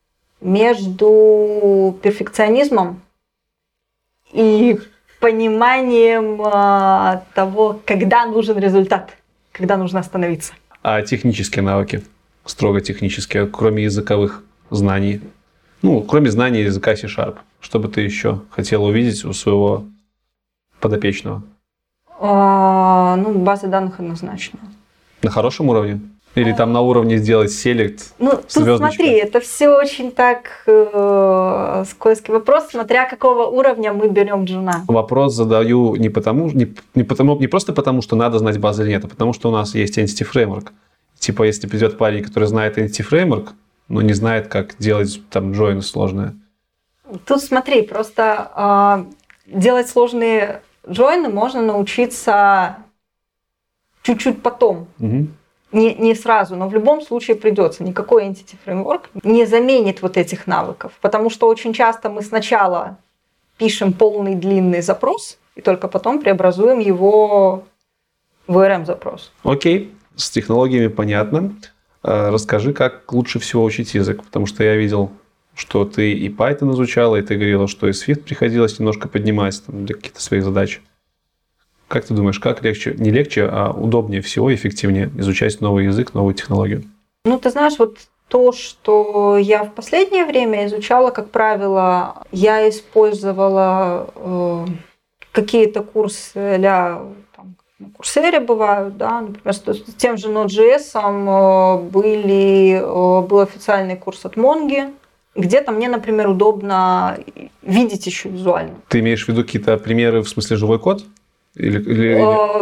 между перфекционизмом и пониманием того, когда нужен результат, когда нужно остановиться. А технические навыки, строго технические, кроме языковых знаний, ну, кроме знаний языка C-Sharp, что бы ты еще хотела увидеть у своего подопечного? А, ну, база данных однозначно. На хорошем уровне? Или там на уровне сделать селект? Ну, тут смотри, это все очень так э, скользкий вопрос, смотря какого уровня мы берем джуна. Вопрос задаю не потому, не, не потому, не просто потому, что надо знать базу или нет, а потому что у нас есть Entity Framework. Типа, если придет парень, который знает Entity Framework, но не знает, как делать там join сложное. Тут смотри, просто э, делать сложные джойны можно научиться чуть-чуть потом. Угу. Не, не сразу, но в любом случае придется. Никакой Entity Framework не заменит вот этих навыков. Потому что очень часто мы сначала пишем полный длинный запрос, и только потом преобразуем его в о эр эм-запрос. Окей, с технологиями понятно. Расскажи, как лучше всего учить язык, потому что я видел, что ты и Python изучала, и ты говорила, что и Swift приходилось немножко поднимать там, для каких-то своих задач. Как ты думаешь, как легче, не легче, а удобнее всего, эффективнее изучать новый язык, новую технологию? Ну, ты знаешь, вот то, что я в последнее время изучала, как правило, я использовала э, какие-то курсы а-ля на Курсере бывают, да, например, с тем же Node.js были, был официальный курс от Монги, где-то мне, например, удобно видеть еще визуально. Ты имеешь в виду какие-то примеры, в смысле живой код? Или, или...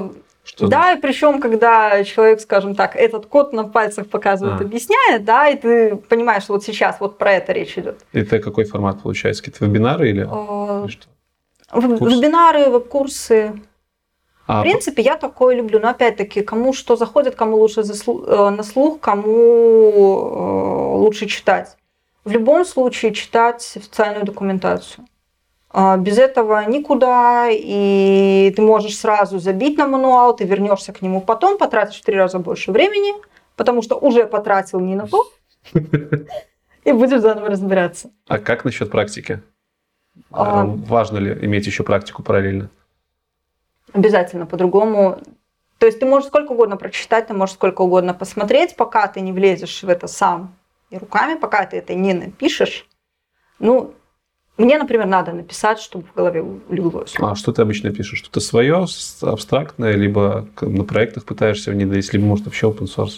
Что да, значит? и причем, когда человек, скажем так, этот код на пальцах показывает, А. объясняет, да, и ты понимаешь, что вот сейчас вот про это речь идет. Это какой формат получается? Какие-то вебинары или, Э, или что? в- Курсы? Вебинары, веб-курсы. А, В принципе, я такое люблю, но опять-таки, кому что заходит, кому лучше заслу- э, на слух, кому э, лучше читать. В любом случае читать официальную документацию. А, Без этого никуда, и ты можешь сразу забить на мануал, ты вернешься к нему потом, потратишь в три раза больше времени, потому что уже потратил не на то, и будешь заново разбираться. а как насчет практики? А. А важно ли иметь еще практику параллельно? Обязательно по-другому. То есть ты можешь сколько угодно прочитать, ты можешь сколько угодно посмотреть, пока ты не влезешь в это сам и руками, пока ты это не напишешь. Ну, мне, например, надо написать, чтобы в голове улеглось. А что ты обычно пишешь? Что-то свое, абстрактное, либо на проектах пытаешься внедрить, либо, может, вообще open source?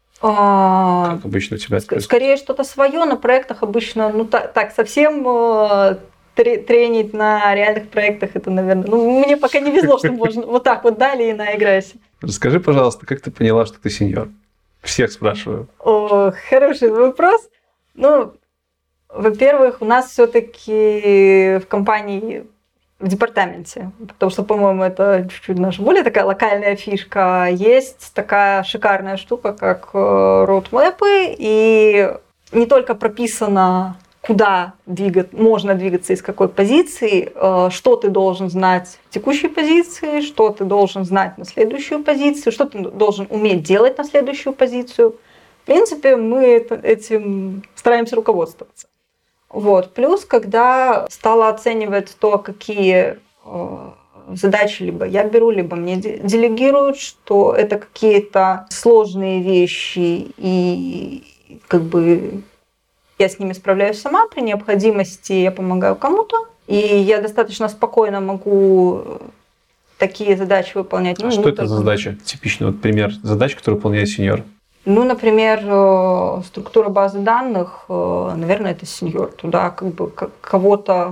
А, Как обычно у тебя это ск- происходит? Скорее что-то свое на проектах обычно, ну так, так совсем э, тре- тренить на реальных проектах, это, наверное, ну, мне пока не везло, что можно вот так вот дали и наиграйся. Расскажи, пожалуйста, как ты поняла, что ты сеньор? Всех спрашиваю. О, хороший вопрос. Ну, во-первых, у нас все-таки в компании, в департаменте, потому что, по-моему, это чуть-чуть наша более такая локальная фишка, есть такая шикарная штука, как роудмэпы, и не только прописано, куда двигать, можно двигаться, из какой позиции, э, что ты должен знать в текущей позиции, что ты должен знать на следующую позицию, что ты должен уметь делать на следующую позицию. В принципе, мы это- этим стараемся руководствоваться. Вот. Плюс, когда стала оценивать то, какие э, задачи либо я беру, либо мне де- делегируют, что это какие-то сложные вещи, и как бы я с ними справляюсь сама, при необходимости я помогаю кому-то, и я достаточно спокойно могу такие задачи выполнять. А Ну, что не это за только- задача? Типичный вот пример задач, которые выполняет сеньор. Ну, например, э, структура базы данных, э, наверное, это сеньор. Туда как бы к- кого-то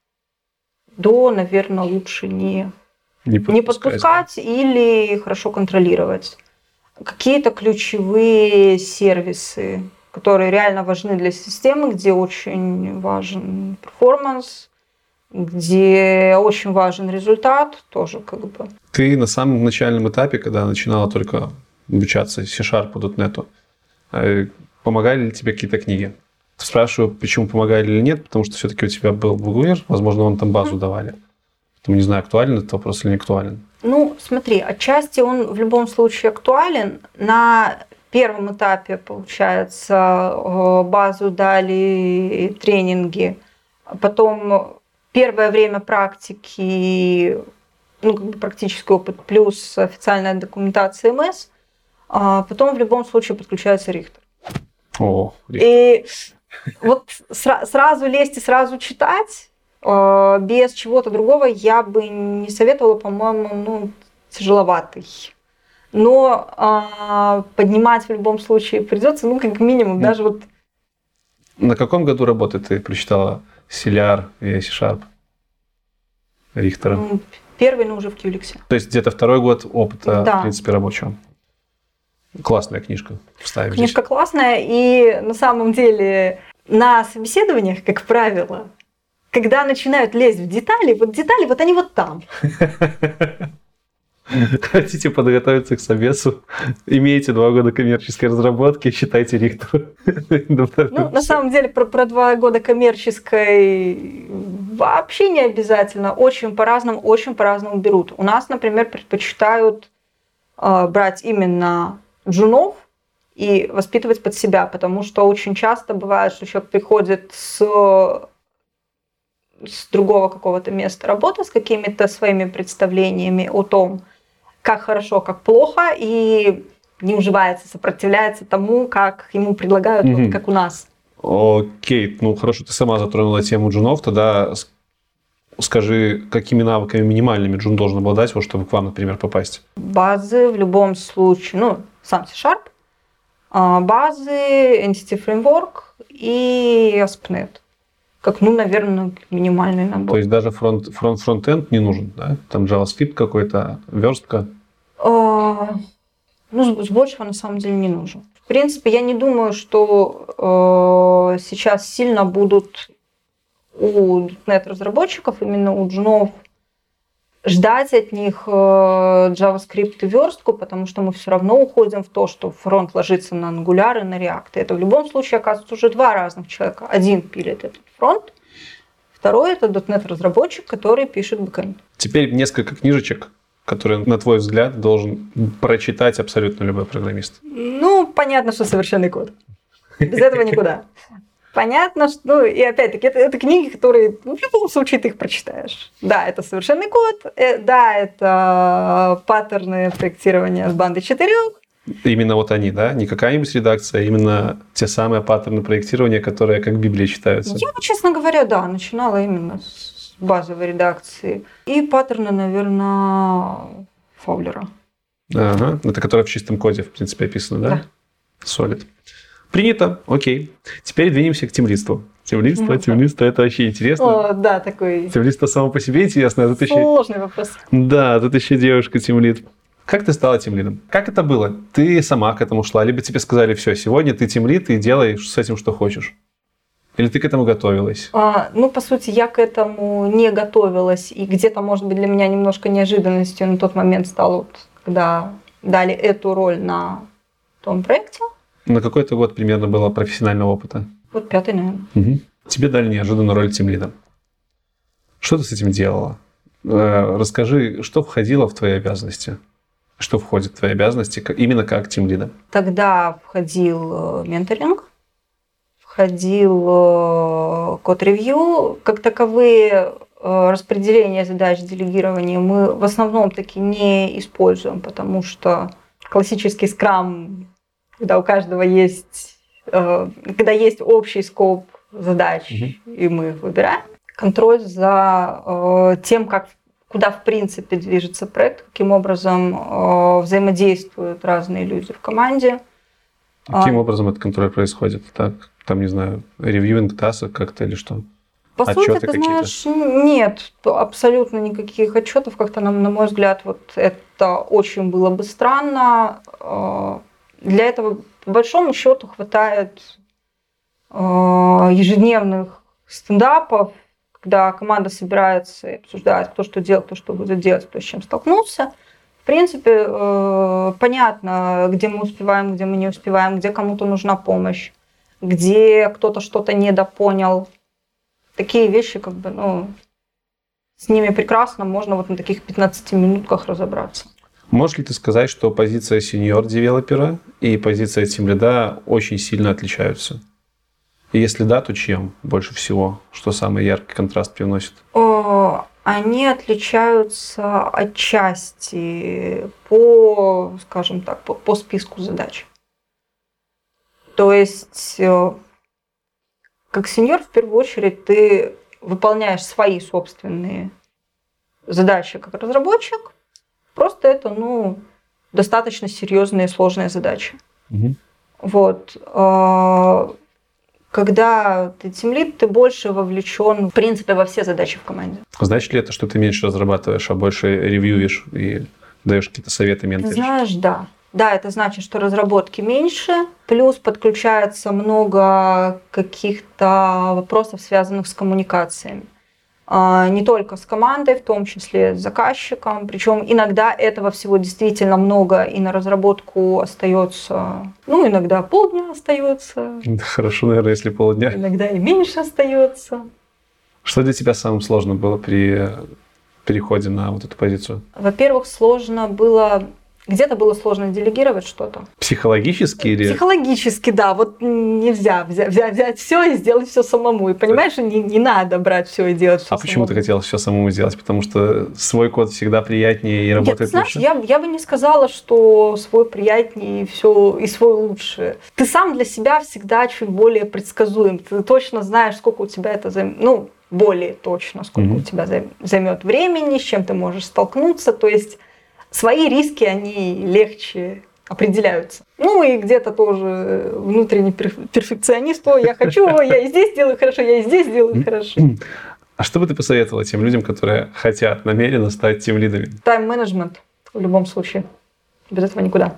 до, наверное, лучше не, Не не подпускать или хорошо контролировать. Какие-то ключевые сервисы, которые реально важны для системы, где очень важен перформанс, где очень важен результат, тоже как бы. Ты на самом начальном этапе, когда начинала только обучаться C-Sharp, .дот нет, э, помогали ли тебе какие-то книги? Спрашиваю, почему помогали или нет, потому что все-таки у тебя был Богуир, возможно, вам там базу давали. Поэтому не знаю, актуален этот вопрос или не актуален. Ну, смотри, отчасти он в любом случае актуален. На первом этапе, получается, э, базу дали, тренинги. Потом первое время практики, ну, как бы практический опыт, плюс официальная документация эм эс. А потом в любом случае подключается Рихтер. О, И вот сра- сразу лезть и сразу читать э, без чего-то другого я бы не советовала, по-моему, ну, тяжеловатый. Но а, поднимать в любом случае придется, ну, как минимум, Ну, даже вот на каком году работы ты прочитала Селяр и C-Sharp Рихтера? м, первый, но уже в Кьюликсе. То есть где-то второй год опыта, Да. в принципе, рабочего. Классная книжка. Вставим Книжка классная, и на самом деле на собеседованиях, как правило, когда начинают лезть в детали, вот детали, вот они вот там. здесь. Хотите подготовиться к собесу? Имеете два года коммерческой разработки, считайте Рихтера. Ну, на самом деле, про, про два года коммерческой вообще не обязательно. Очень по-разному, очень по-разному берут. У нас, например, предпочитают э, брать именно джунов и воспитывать под себя, потому что очень часто бывает, что человек приходит с, с другого какого-то места работы, с какими-то своими представлениями о том, как хорошо, как плохо, и не уживается, сопротивляется тому, как ему предлагают, Мгм. вот как у нас. Окей, ну хорошо, ты сама затронула тему джунов, тогда с- скажи, какими навыками минимальными джун должен обладать, вот, чтобы к вам, например, попасть? Базы в любом случае, ну, сам C-Sharp, а, базы, Entity Framework и эй эс пи точка нет. Как, ну, наверное, минимальный набор. То есть даже фронт, фронт, фронтенд не нужен, да? Там JavaScript какой-то, верстка. А, ну, с большего на самом деле не нужно. В принципе, я не думаю, что э, сейчас сильно будут у .NET-разработчиков, именно у джунов, ждать от них э, JavaScript и верстку, потому что мы все равно уходим в то, что фронт ложится на Angular и на React. И это в любом случае оказывается уже два разных человека. Один пилит этот фронт, второй это .NET-разработчик, который пишет бэкэнд. Теперь несколько книжечек, которые, на твой взгляд, должен прочитать абсолютно любой программист. Ну, понятно, что совершенный код. Без этого никуда. Понятно, что... Ну, и опять-таки, это, это книги, которые ну, в любом случае ты их прочитаешь. Да, это совершенный код. Э, да, это паттерны проектирования с банды четырех. Именно вот они, да? Не какая-нибудь редакция, а именно те самые паттерны проектирования, которые как Библия читаются. Я, честно говоря, да, начинала именно с базовой редакции. И паттерны, наверное, Фаулера. Ага, это которое в чистом коде, в принципе, описано, да? Да. Солид. Принято, окей. Теперь двинемся к тимлидству. Тимлидство, ну, тимлидство, это вообще интересно. О, да, такой... Тимлидство само по себе интересно. А тут сложный еще... вопрос. Да, тут еще девушка тимлид. Как ты стала тимлидом? Как это было? Ты сама к этому шла? Либо тебе сказали, все, сегодня ты тимлид и делай с этим, что хочешь? Или ты к этому готовилась? А, ну, по сути, я к этому не готовилась. И где-то, может быть, для меня немножко неожиданностью на тот момент стало, вот, когда дали эту роль на том проекте. На какой то год примерно было профессионального опыта? Вот пятый, наверное. Угу. Тебе дали неожиданную роль тимлида. Что ты с этим делала? Расскажи, что входило в твои обязанности? Что входит в твои обязанности именно как тимлида? Тогда входил менторинг, входил код-ревью. Как таковые распределения задач, делегирования мы в основном таки не используем, потому что классический скрам, когда у каждого есть, когда есть общий скоп задач, угу. и мы их выбираем. Контроль за тем, как, куда в принципе движется проект, каким образом взаимодействуют разные люди в команде. Каким образом этот контроль происходит? Так, там, не знаю, ревьюинг тасок как-то или что? По Отчеты сути, ты знаешь, нет, абсолютно никаких отчетов. Как-то, на, на мой взгляд, вот это очень было бы странно. Для этого, по большому счету, хватает ежедневных стендапов, когда команда собирается и обсуждает, кто что делает, кто что будет делать, кто с чем столкнулся. В принципе, понятно, где мы успеваем, где мы не успеваем, где кому-то нужна помощь, где кто-то что-то недопонял. Такие вещи, как бы, ну, с ними прекрасно можно вот на таких пятнадцати минутках разобраться. Можешь ли ты сказать, что позиция сеньор-девелопера и позиция тимлида очень сильно отличаются? И если да, то чем больше всего? Что самый яркий контраст привносит? О, они отличаются отчасти по, скажем так, по, по списку задач. То есть, как сеньор, в первую очередь, ты выполняешь свои собственные задачи как разработчик. Просто это, ну, достаточно серьезные и сложные задачи. Угу. Вот. Когда ты тимлид, ты больше вовлечен, в принципе, во все задачи в команде. Значит ли это, что ты меньше разрабатываешь, а больше ревьюешь и даешь какие-то советы, менторишь? Знаешь, да. Да, это значит, что разработки меньше, плюс подключается много каких-то вопросов, связанных с коммуникациями. Не только с командой, в том числе с заказчиком. Причем иногда этого всего действительно много, и на разработку остается, ну, иногда полдня остается. Хорошо, наверное, если полдня. Иногда и меньше остается. Что для тебя самым сложным было при переходе на вот эту позицию? Во-первых, сложно было... Где-то было сложно делегировать что-то. Психологически или? Психологически, да. Вот нельзя взять, взять, взять все и сделать все самому. И понимаешь, что не, не надо брать все и делать все а самому. А почему ты хотела все самому сделать? Потому что свой код всегда приятнее и работает Нет, знаешь, лучше? Я, я бы не сказала, что свой приятнее и, все, и свой лучше. Ты сам для себя всегда чуть более предсказуем. Ты точно знаешь, сколько у тебя это займет. Ну, более точно, сколько mm-hmm. у тебя займет времени, с чем ты можешь столкнуться. То есть свои риски, они легче определяются. Ну и где-то тоже внутренний перфекционист. О, я хочу, я и здесь делаю хорошо, я и здесь делаю хорошо. А что бы ты посоветовала тем людям, которые хотят намеренно стать тимлидами? Тайм-менеджмент в любом случае. Без этого никуда.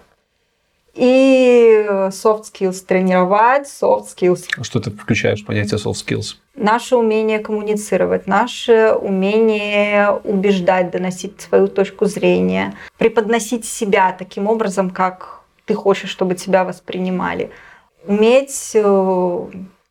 И soft skills тренировать, soft skills. А что ты включаешь в понятие soft skills? Наше умение коммуницировать, наше умение убеждать, доносить свою точку зрения, преподносить себя таким образом, как ты хочешь, чтобы тебя воспринимали. Уметь э,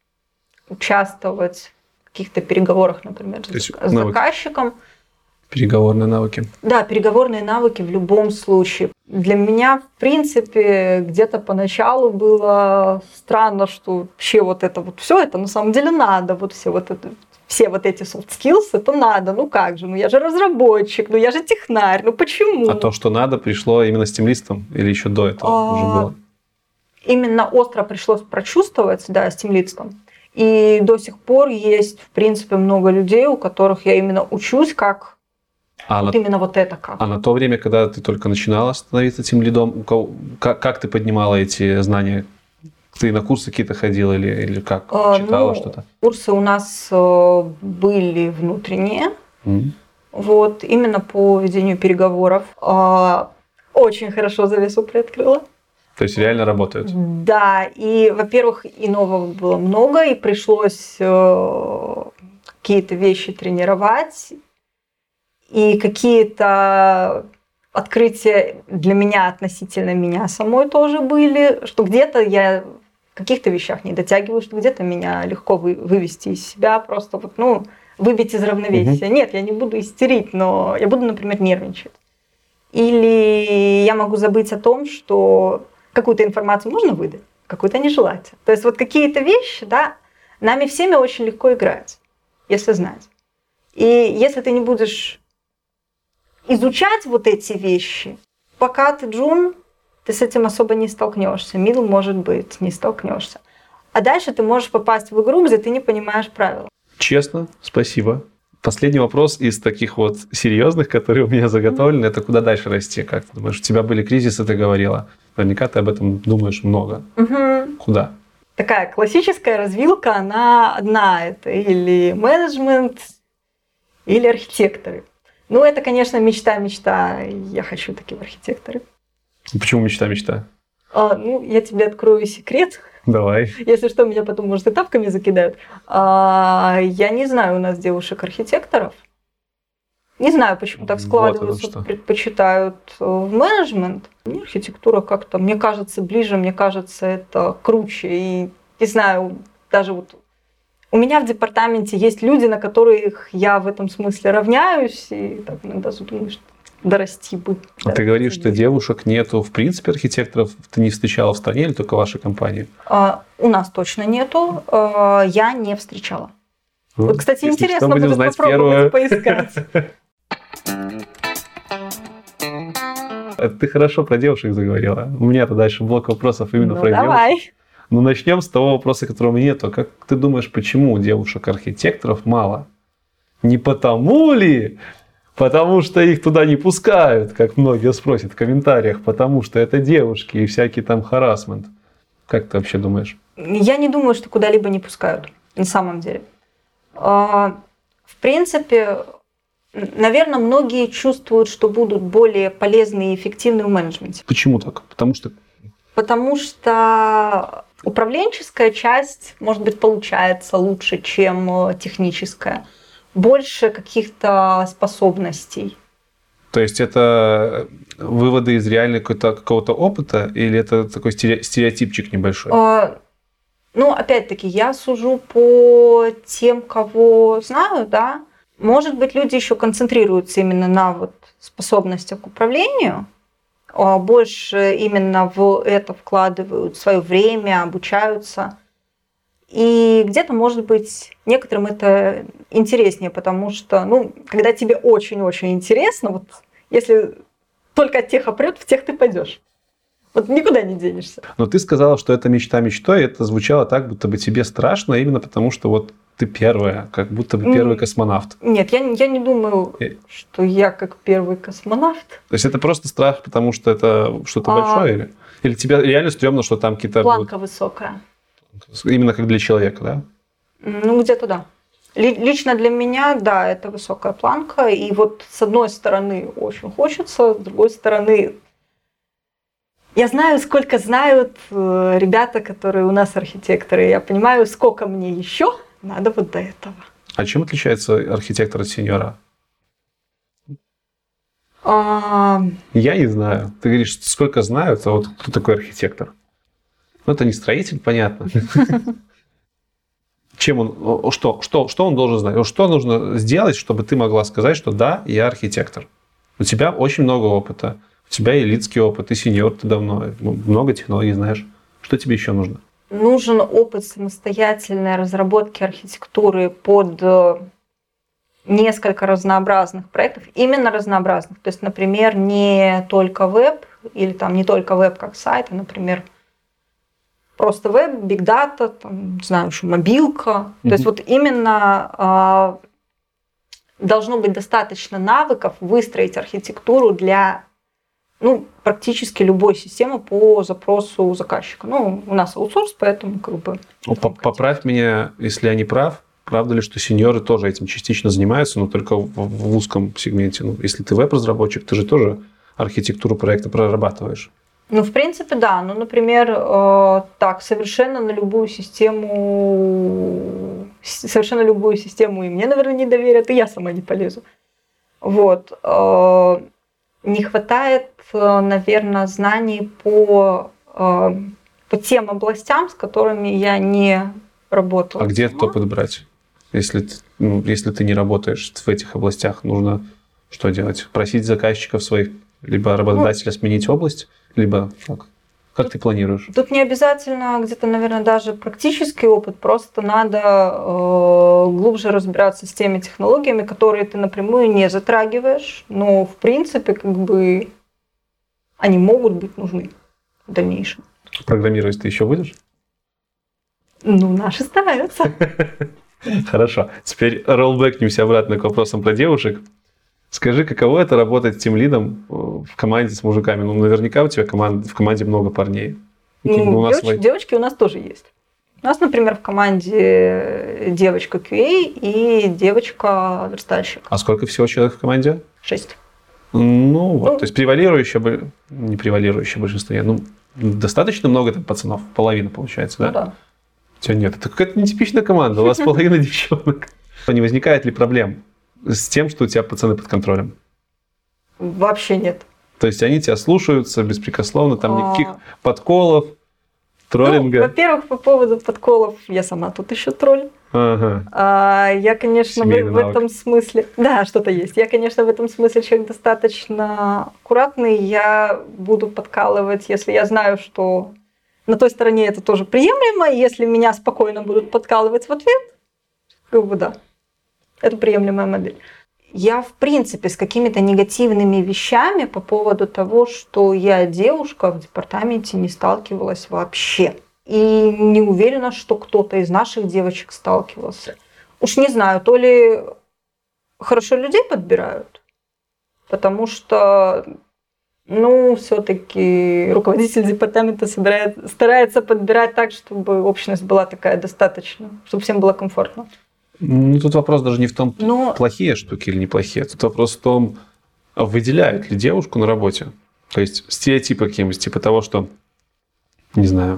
участвовать в каких-то переговорах, например, с, с заказчиком. Переговорные навыки. Да, переговорные навыки в любом случае. Для меня, в принципе, где-то поначалу было странно, что вообще вот это вот все это на самом деле надо. Вот все вот это, все вот эти soft skills, это надо. Ну как же, ну я же разработчик, ну я же технарь, ну почему? А то, что надо, пришло именно с тимлистом или еще до этого а... уже было? Именно остро пришлось прочувствовать, да, с тимлистом. И до сих пор есть, в принципе, много людей, у которых я именно учусь, как А вот на, именно вот это как. А на то время, когда ты только начинала становиться тимлидом, как, как ты поднимала эти знания? Ты на курсы какие-то ходила или, или как? Читала ну, что-то? Курсы у нас были внутренние. Mm. Вот, именно по ведению переговоров. Очень хорошо завесу приоткрыла. То есть реально работают? Да. И, во-первых, и нового было много, и пришлось какие-то вещи тренировать. И какие-то открытия для меня относительно меня самой тоже были, что где-то я в каких-то вещах не дотягиваю, что где-то меня легко вы, вывести из себя, просто вот, ну, выбить из равновесия. Угу. Нет, я не буду истерить, но я буду, например, нервничать. Или я могу забыть о том, что какую-то информацию можно выдать, какую-то нежелательно. То есть вот какие-то вещи, да, нами всеми очень легко играть, если знать. И если ты не будешь изучать вот эти вещи, пока ты джун, ты с этим особо не столкнешься. Мидл, может быть, не столкнешься. А дальше ты можешь попасть в игру, где ты не понимаешь правил. Честно, спасибо. Последний вопрос из таких вот серьезных, которые у меня заготовлены, mm-hmm. это куда дальше расти? Как ты думаешь, у тебя были кризисы, ты говорила. Наверняка ты об этом думаешь много. Mm-hmm. Куда? Такая классическая развилка, она одна. Это или менеджмент, или архитекторы. Ну, это, конечно, мечта-мечта. Я хочу такие архитекторы. Почему мечта-мечта? А, ну, я тебе открою секрет. Давай. Если что, меня потом, может, и тапками закидают. А, я не знаю у нас девушек-архитекторов. Не знаю, почему так складывается, вот предпочитают в менеджмент. Мне архитектура как-то, мне кажется, ближе, мне кажется, это круче. И, не знаю, даже вот у меня в департаменте есть люди, на которых я в этом смысле равняюсь, и так иногда думаю, что дорасти бы. А ты говоришь, что девушек нету, в принципе, архитекторов ты не встречала в стране или только в вашей компании? А, у нас точно нету, а, я не встречала. Ну, вот, кстати, если интересно что, будет попробовать поискать. Ты хорошо про девушек заговорила. У меня-то дальше блок вопросов именно ну, про давай. девушек. Ну, начнем с того вопроса, которого нету. Как ты думаешь, почему девушек-архитекторов мало? Не потому ли? Потому что их туда не пускают, как многие спросят в комментариях, потому что это девушки и всякий там харассмент. Как ты вообще думаешь? Я не думаю, что куда-либо не пускают, на самом деле. В принципе, наверное, многие чувствуют, что будут более полезны и эффективны в менеджменте. Почему так? Потому что... Потому что управленческая часть, может быть, получается лучше, чем техническая. Больше каких-то способностей. То есть это выводы из реального какого-то опыта или это такой стереотипчик небольшой? А, ну, опять-таки, я сужу по тем, кого знаю, да. Может быть, люди еще концентрируются именно на вот способностях к управлению, больше именно в это вкладывают свое время, обучаются. И где-то, может быть, некоторым это интереснее, потому что, ну, когда тебе очень-очень интересно, вот если только от тех опрет, в тех ты пойдешь. Вот никуда не денешься. Но ты сказала, что это мечта мечтой, и это звучало так, будто бы тебе страшно, именно потому что вот ты первая, как будто бы первый космонавт. Нет, я, я не думаю, и... что я как первый космонавт. То есть это просто страх, потому что это что-то а... большое? Или, или тебе реально стрёмно, что там какие-то... Планка будут... высокая. Именно как для человека, да? Ну, где-то да. Лично для меня, да, это высокая планка. И вот с одной стороны очень хочется, с другой стороны Я знаю, сколько знают э, ребята, которые у нас архитекторы. Я понимаю, сколько мне еще надо вот до этого. А чем отличается архитектор от сеньора? А... Я не знаю. Ты говоришь, сколько знают, а вот кто такой архитектор? Ну, это не строитель, понятно. Чем он, что, что, что он должен знать? Что нужно сделать, чтобы ты могла сказать, что да, я архитектор? У тебя очень много опыта. У тебя и лидский опыт, и сеньор ты давно. Много технологий знаешь. Что тебе еще нужно? Нужен опыт самостоятельной разработки архитектуры под несколько разнообразных проектов. Именно разнообразных. То есть, например, не только веб, или там не только веб как сайт, а, например, просто веб, бигдата, там, не знаю, еще мобилка. Mm-hmm. То есть вот именно э, должно быть достаточно навыков выстроить архитектуру для ну, практически любой системы по запросу заказчика. Ну, у нас аутсорс, поэтому как бы... Ну, поправь меня, если я не прав. Правда ли, что сеньоры тоже этим частично занимаются, но только в, в узком сегменте? Ну, если ты веб-разработчик, ты же тоже архитектуру проекта прорабатываешь. Ну, в принципе, да. Ну, например, э, так, совершенно на любую систему, совершенно любую систему и мне, наверное, не доверят, и я сама не полезу. Вот. Э, не хватает, наверное, знаний по, э, по тем областям, с которыми я не работала. А где этот опыт брать? Если ты, ну, если ты не работаешь в этих областях, нужно что делать? Просить заказчиков своих, либо работодателя ну, сменить область, либо как? Как тут, ты планируешь? Тут не обязательно где-то, наверное, даже практический опыт, просто надо э, глубже разбираться с теми технологиями, которые ты напрямую не затрагиваешь, но в принципе как бы они могут быть нужны в дальнейшем. Программировать ты еще будешь? Ну, наши стараются. Хорошо. Теперь роллбэкнемся обратно к вопросам про девушек. Скажи, каково это работать тимлидом в команде с мужиками? Ну, наверняка у тебя команд, в команде много парней. Ну, у нас девочки, свои... девочки у нас тоже есть. У нас, например, в команде девочка кью эй и девочка верстальщик. А сколько всего человек в команде? Шесть. Ну, вот. Ну, то есть превалирующее, не превалирующее большинство. Ну, достаточно много там пацанов? Половина, получается, да? Ну, да. У тебя нет. Это какая-то нетипичная команда. У вас половина девчонок. Не возникает ли проблем с тем, что у тебя пацаны под контролем? Вообще нет. То есть они тебя слушаются беспрекословно, там никаких а... подколов, троллинга? Ну, во-первых, по поводу подколов, я сама тут еще тролль. Ага. А, я, конечно, в, в этом смысле... Да, что-то есть. Я, конечно, в этом смысле человек достаточно аккуратный. Я буду подкалывать, если я знаю, что на той стороне это тоже приемлемо. Если меня спокойно будут подкалывать в ответ, как бы да. Это приемлемая модель. Я, в принципе, с какими-то негативными вещами по поводу того, что я девушка, в департаменте не сталкивалась вообще. И не уверена, что кто-то из наших девочек сталкивался. Уж не знаю, то ли хорошо людей подбирают, потому что, ну, все-таки руководитель департамента собирает, старается подбирать так, чтобы общность была такая достаточно, чтобы всем было комфортно. Ну, тут вопрос даже не в том, Но... плохие штуки или неплохие. Тут вопрос в том, выделяют ли девушку на работе. То есть стереотипы какие-нибудь, типа того, что, не знаю,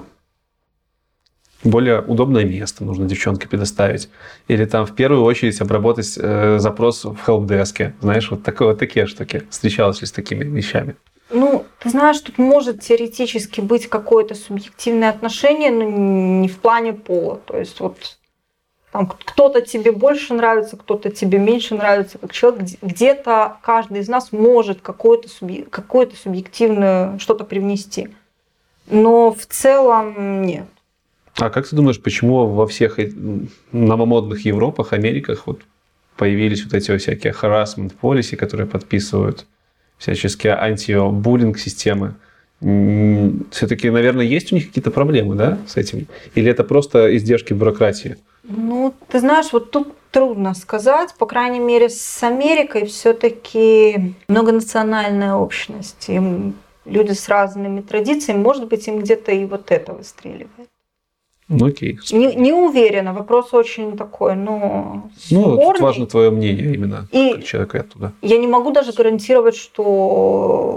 более удобное место нужно девчонке предоставить. Или там в первую очередь обработать э, запрос в хелпдеске. Знаешь, вот, такое, вот такие штуки. Встречалась ли с такими вещами? Ну, ты знаешь, тут может теоретически быть какое-то субъективное отношение, но не в плане пола. То есть вот там кто-то тебе больше нравится, кто-то тебе меньше нравится как человек. Где-то каждый из нас может какое-то, субъ... какое-то субъективное что-то привнести. Но в целом нет. А как ты думаешь, почему во всех новомодных Европах, Америках вот появились вот эти всякие harassment policy, которые подписывают, всяческие антибуллинг системы? Все-таки, наверное, есть у них какие-то проблемы, да, с этим? Или это просто издержки бюрократии? Ну, ты знаешь, вот тут трудно сказать. По крайней мере, с Америкой все-таки многонациональная общность. И люди с разными традициями, может быть, им где-то и вот это выстреливает. Ну, окей. Не, не уверена, вопрос очень такой, но спорный. Ну, важно твое мнение именно, и как человека оттуда. Я не могу даже гарантировать, что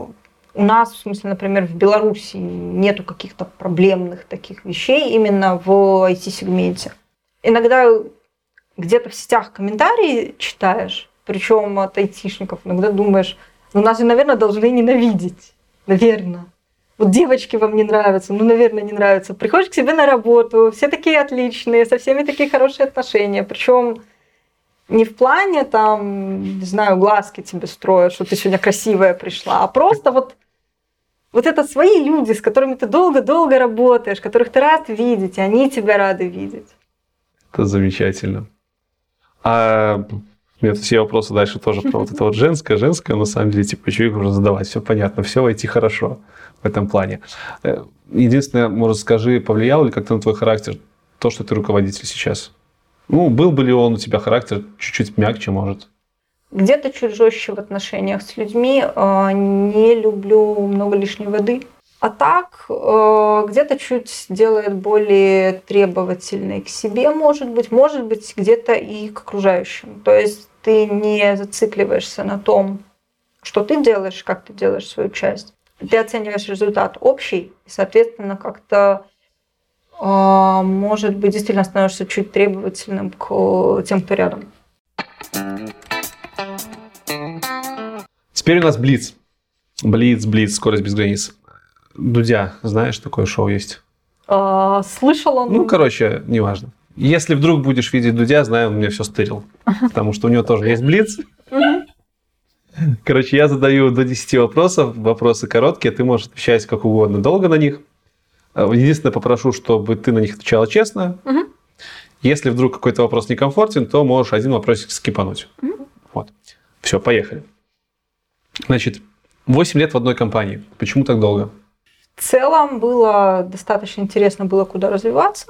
у нас, в смысле, например, в Беларуси нету каких-то проблемных таких вещей именно в ай ти-сегменте. Иногда где-то в сетях комментарии читаешь, причем от айтишников, иногда думаешь, ну нас же, наверное, должны ненавидеть. Наверное. Вот девочки вам не нравятся, ну, наверное, не нравятся. Приходишь к себе на работу, все такие отличные, со всеми такие хорошие отношения. Причем не в плане, там, не знаю, глазки тебе строят, что ты сегодня красивая пришла, а просто вот, вот это свои люди, с которыми ты долго-долго работаешь, которых ты рад видеть, и они тебя рады видеть. Это замечательно. А нет, все вопросы дальше тоже про вот это вот женское, женское, на самом деле, типа, еще их уже задавать, все понятно, все войти хорошо в этом плане. Единственное, может, скажи, повлияло ли как-то на твой характер то, что ты руководитель сейчас? Ну, был бы ли он у тебя характер чуть-чуть мягче, может? Где-то чуть жестче в отношениях с людьми. Не люблю много лишней воды. А так, где-то чуть делает более требовательной к себе, может быть. Может быть, где-то и к окружающим. То есть ты не зацикливаешься на том, что ты делаешь, как ты делаешь свою часть. Ты оцениваешь результат общий, и, соответственно, как-то, может быть, действительно становишься чуть требовательным к тем, кто рядом. Теперь у нас Блиц. Блиц, Блиц, скорость без границ. Дудя, знаешь, такое шоу есть? А, слышала. Ну, короче, неважно. Если вдруг будешь видеть Дудя, знаю, он мне все стырил. Потому что у него тоже есть Блиц. Короче, я задаю до десяти вопросов. Вопросы короткие, ты можешь отвечать как угодно, долго на них. Единственное, попрошу, чтобы ты на них отвечала честно. Угу. Если вдруг какой-то вопрос некомфортен, то можешь один вопросик скипануть. Угу. Вот. Все, поехали. Значит, восемь лет в одной компании. Почему так долго? В целом было достаточно интересно, было куда развиваться.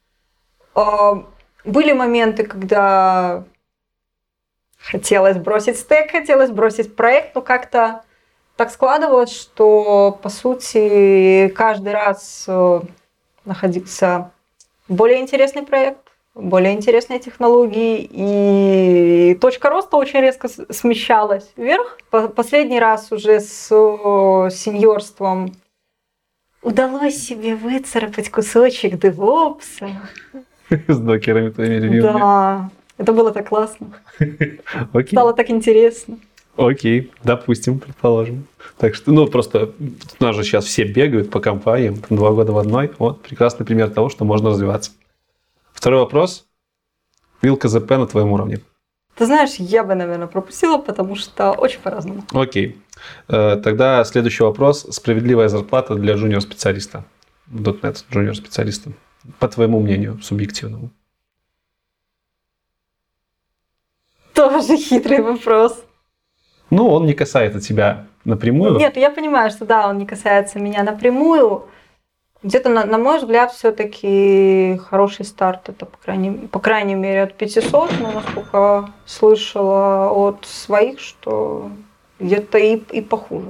Были моменты, когда хотелось бросить стек, хотелось бросить проект, но как-то так складывалось, что, по сути, каждый раз находился более интересный проект, более интересные технологии, и точка роста очень резко смещалась вверх. Последний раз уже с сеньорством удалось себе выцарапать кусочек девопса. С докерами твоими любимыми. Да, это было так классно. Окей. Стало так интересно. Окей, допустим, предположим. Так что, ну, просто у нас же сейчас все бегают по компаниям, там, два года в одной. Вот, прекрасный пример того, что можно развиваться. Второй вопрос. Вилка ЗП на твоем уровне. Ты знаешь, я бы, наверное, пропустила, потому что очень по-разному. Окей. Тогда следующий вопрос. Справедливая зарплата для джуниор-специалиста. .дот нет джуниор-специалиста. По твоему мнению, субъективному. Тоже хитрый вопрос. Ну, он не касается тебя напрямую. Нет, я понимаю, что да, он не касается меня напрямую. Где-то, на, на мой взгляд, все-таки хороший старт. Это, по крайней, по крайней мере, от пятисот, но, насколько слышала от своих, что где-то и, и похуже.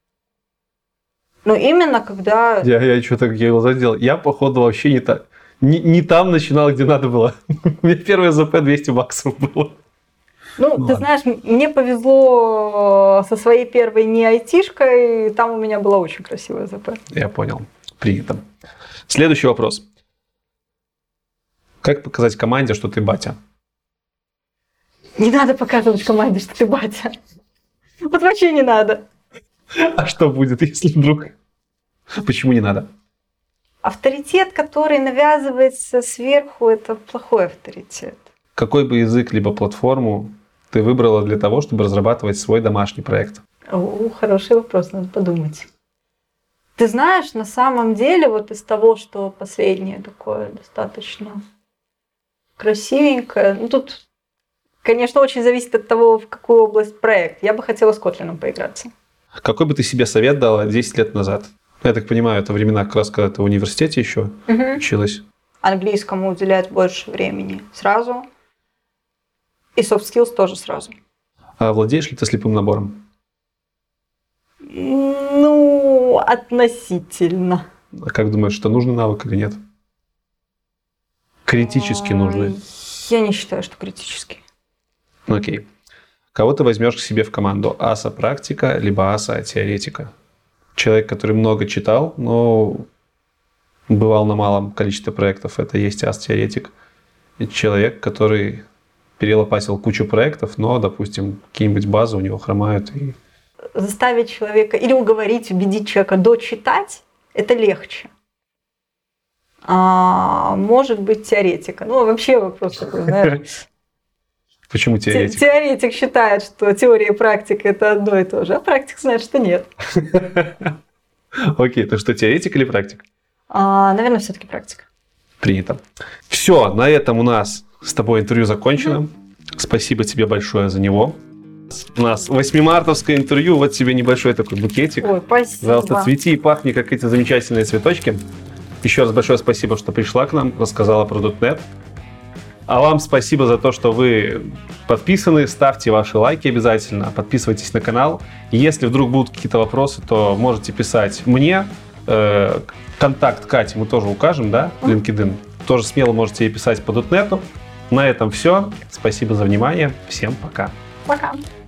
Но именно когда... Я, я что-то я глаза сделал. Я, походу, вообще не, та, не, не там начинал, где надо было. У меня первое ЗП двести баксов было. Ну, ну, ты знаешь, мне повезло со своей первой не айтишкой, там у меня была очень красивая ЗП. Я понял. Принято. Следующий вопрос. Как показать команде, что ты батя? Не надо показывать команде, что ты батя. Вот вообще не надо. А что будет, если вдруг? Почему не надо? Авторитет, который навязывается сверху, это плохой авторитет. Какой бы язык либо платформу ты выбрала для того, чтобы разрабатывать свой домашний проект? О, хороший вопрос, надо подумать. Ты знаешь, на самом деле, вот из того, что последнее такое достаточно красивенькое, ну тут, конечно, очень зависит от того, в какую область проект. Я бы хотела с Kotlin поиграться. Какой бы ты себе совет дала десять лет назад? Я так понимаю, это времена как раз, когда ты в университете еще угу. училась. Английскому уделять больше времени сразу. И soft skills тоже сразу. А владеешь ли ты слепым набором? Ну, относительно. А как думаешь, что нужный навык или нет? Критически а, нужный? Я не считаю, что критически. Окей. Кого ты возьмешь к себе в команду? Аса практика, либо аса теоретика? человек, который много читал, но бывал на малом количестве проектов. Это есть ас-теоретик. И человек, который перелопатил кучу проектов, но, допустим, какие-нибудь базы у него хромают. И... Заставить человека или уговорить, убедить человека дочитать – это легче. А, может быть, теоретика. Ну, вообще вопрос такой, знаешь. Почему теоретик? Теоретик считает, что теория и практика – это одно и то же, а практик знает, что нет. Окей, ты что, теоретик или практик? А, наверное, все-таки практика. Принято. Все, на этом у нас с тобой интервью закончено. Mm-hmm. Спасибо тебе большое за него. У нас восьмимартовское интервью. Вот тебе небольшой такой букетик. Ой, спасибо. Пожалуйста, цвети и пахни, как эти замечательные цветочки. Еще раз большое спасибо, что пришла к нам, рассказала про .дот нет. А вам спасибо за то, что вы подписаны. Ставьте ваши лайки обязательно. Подписывайтесь на канал. Если вдруг будут какие-то вопросы, то можете писать мне. Контакт Кати мы тоже укажем, да, в LinkedIn. Тоже смело можете ей писать по .дот нет. На этом все. Спасибо за внимание. Всем пока. Пока.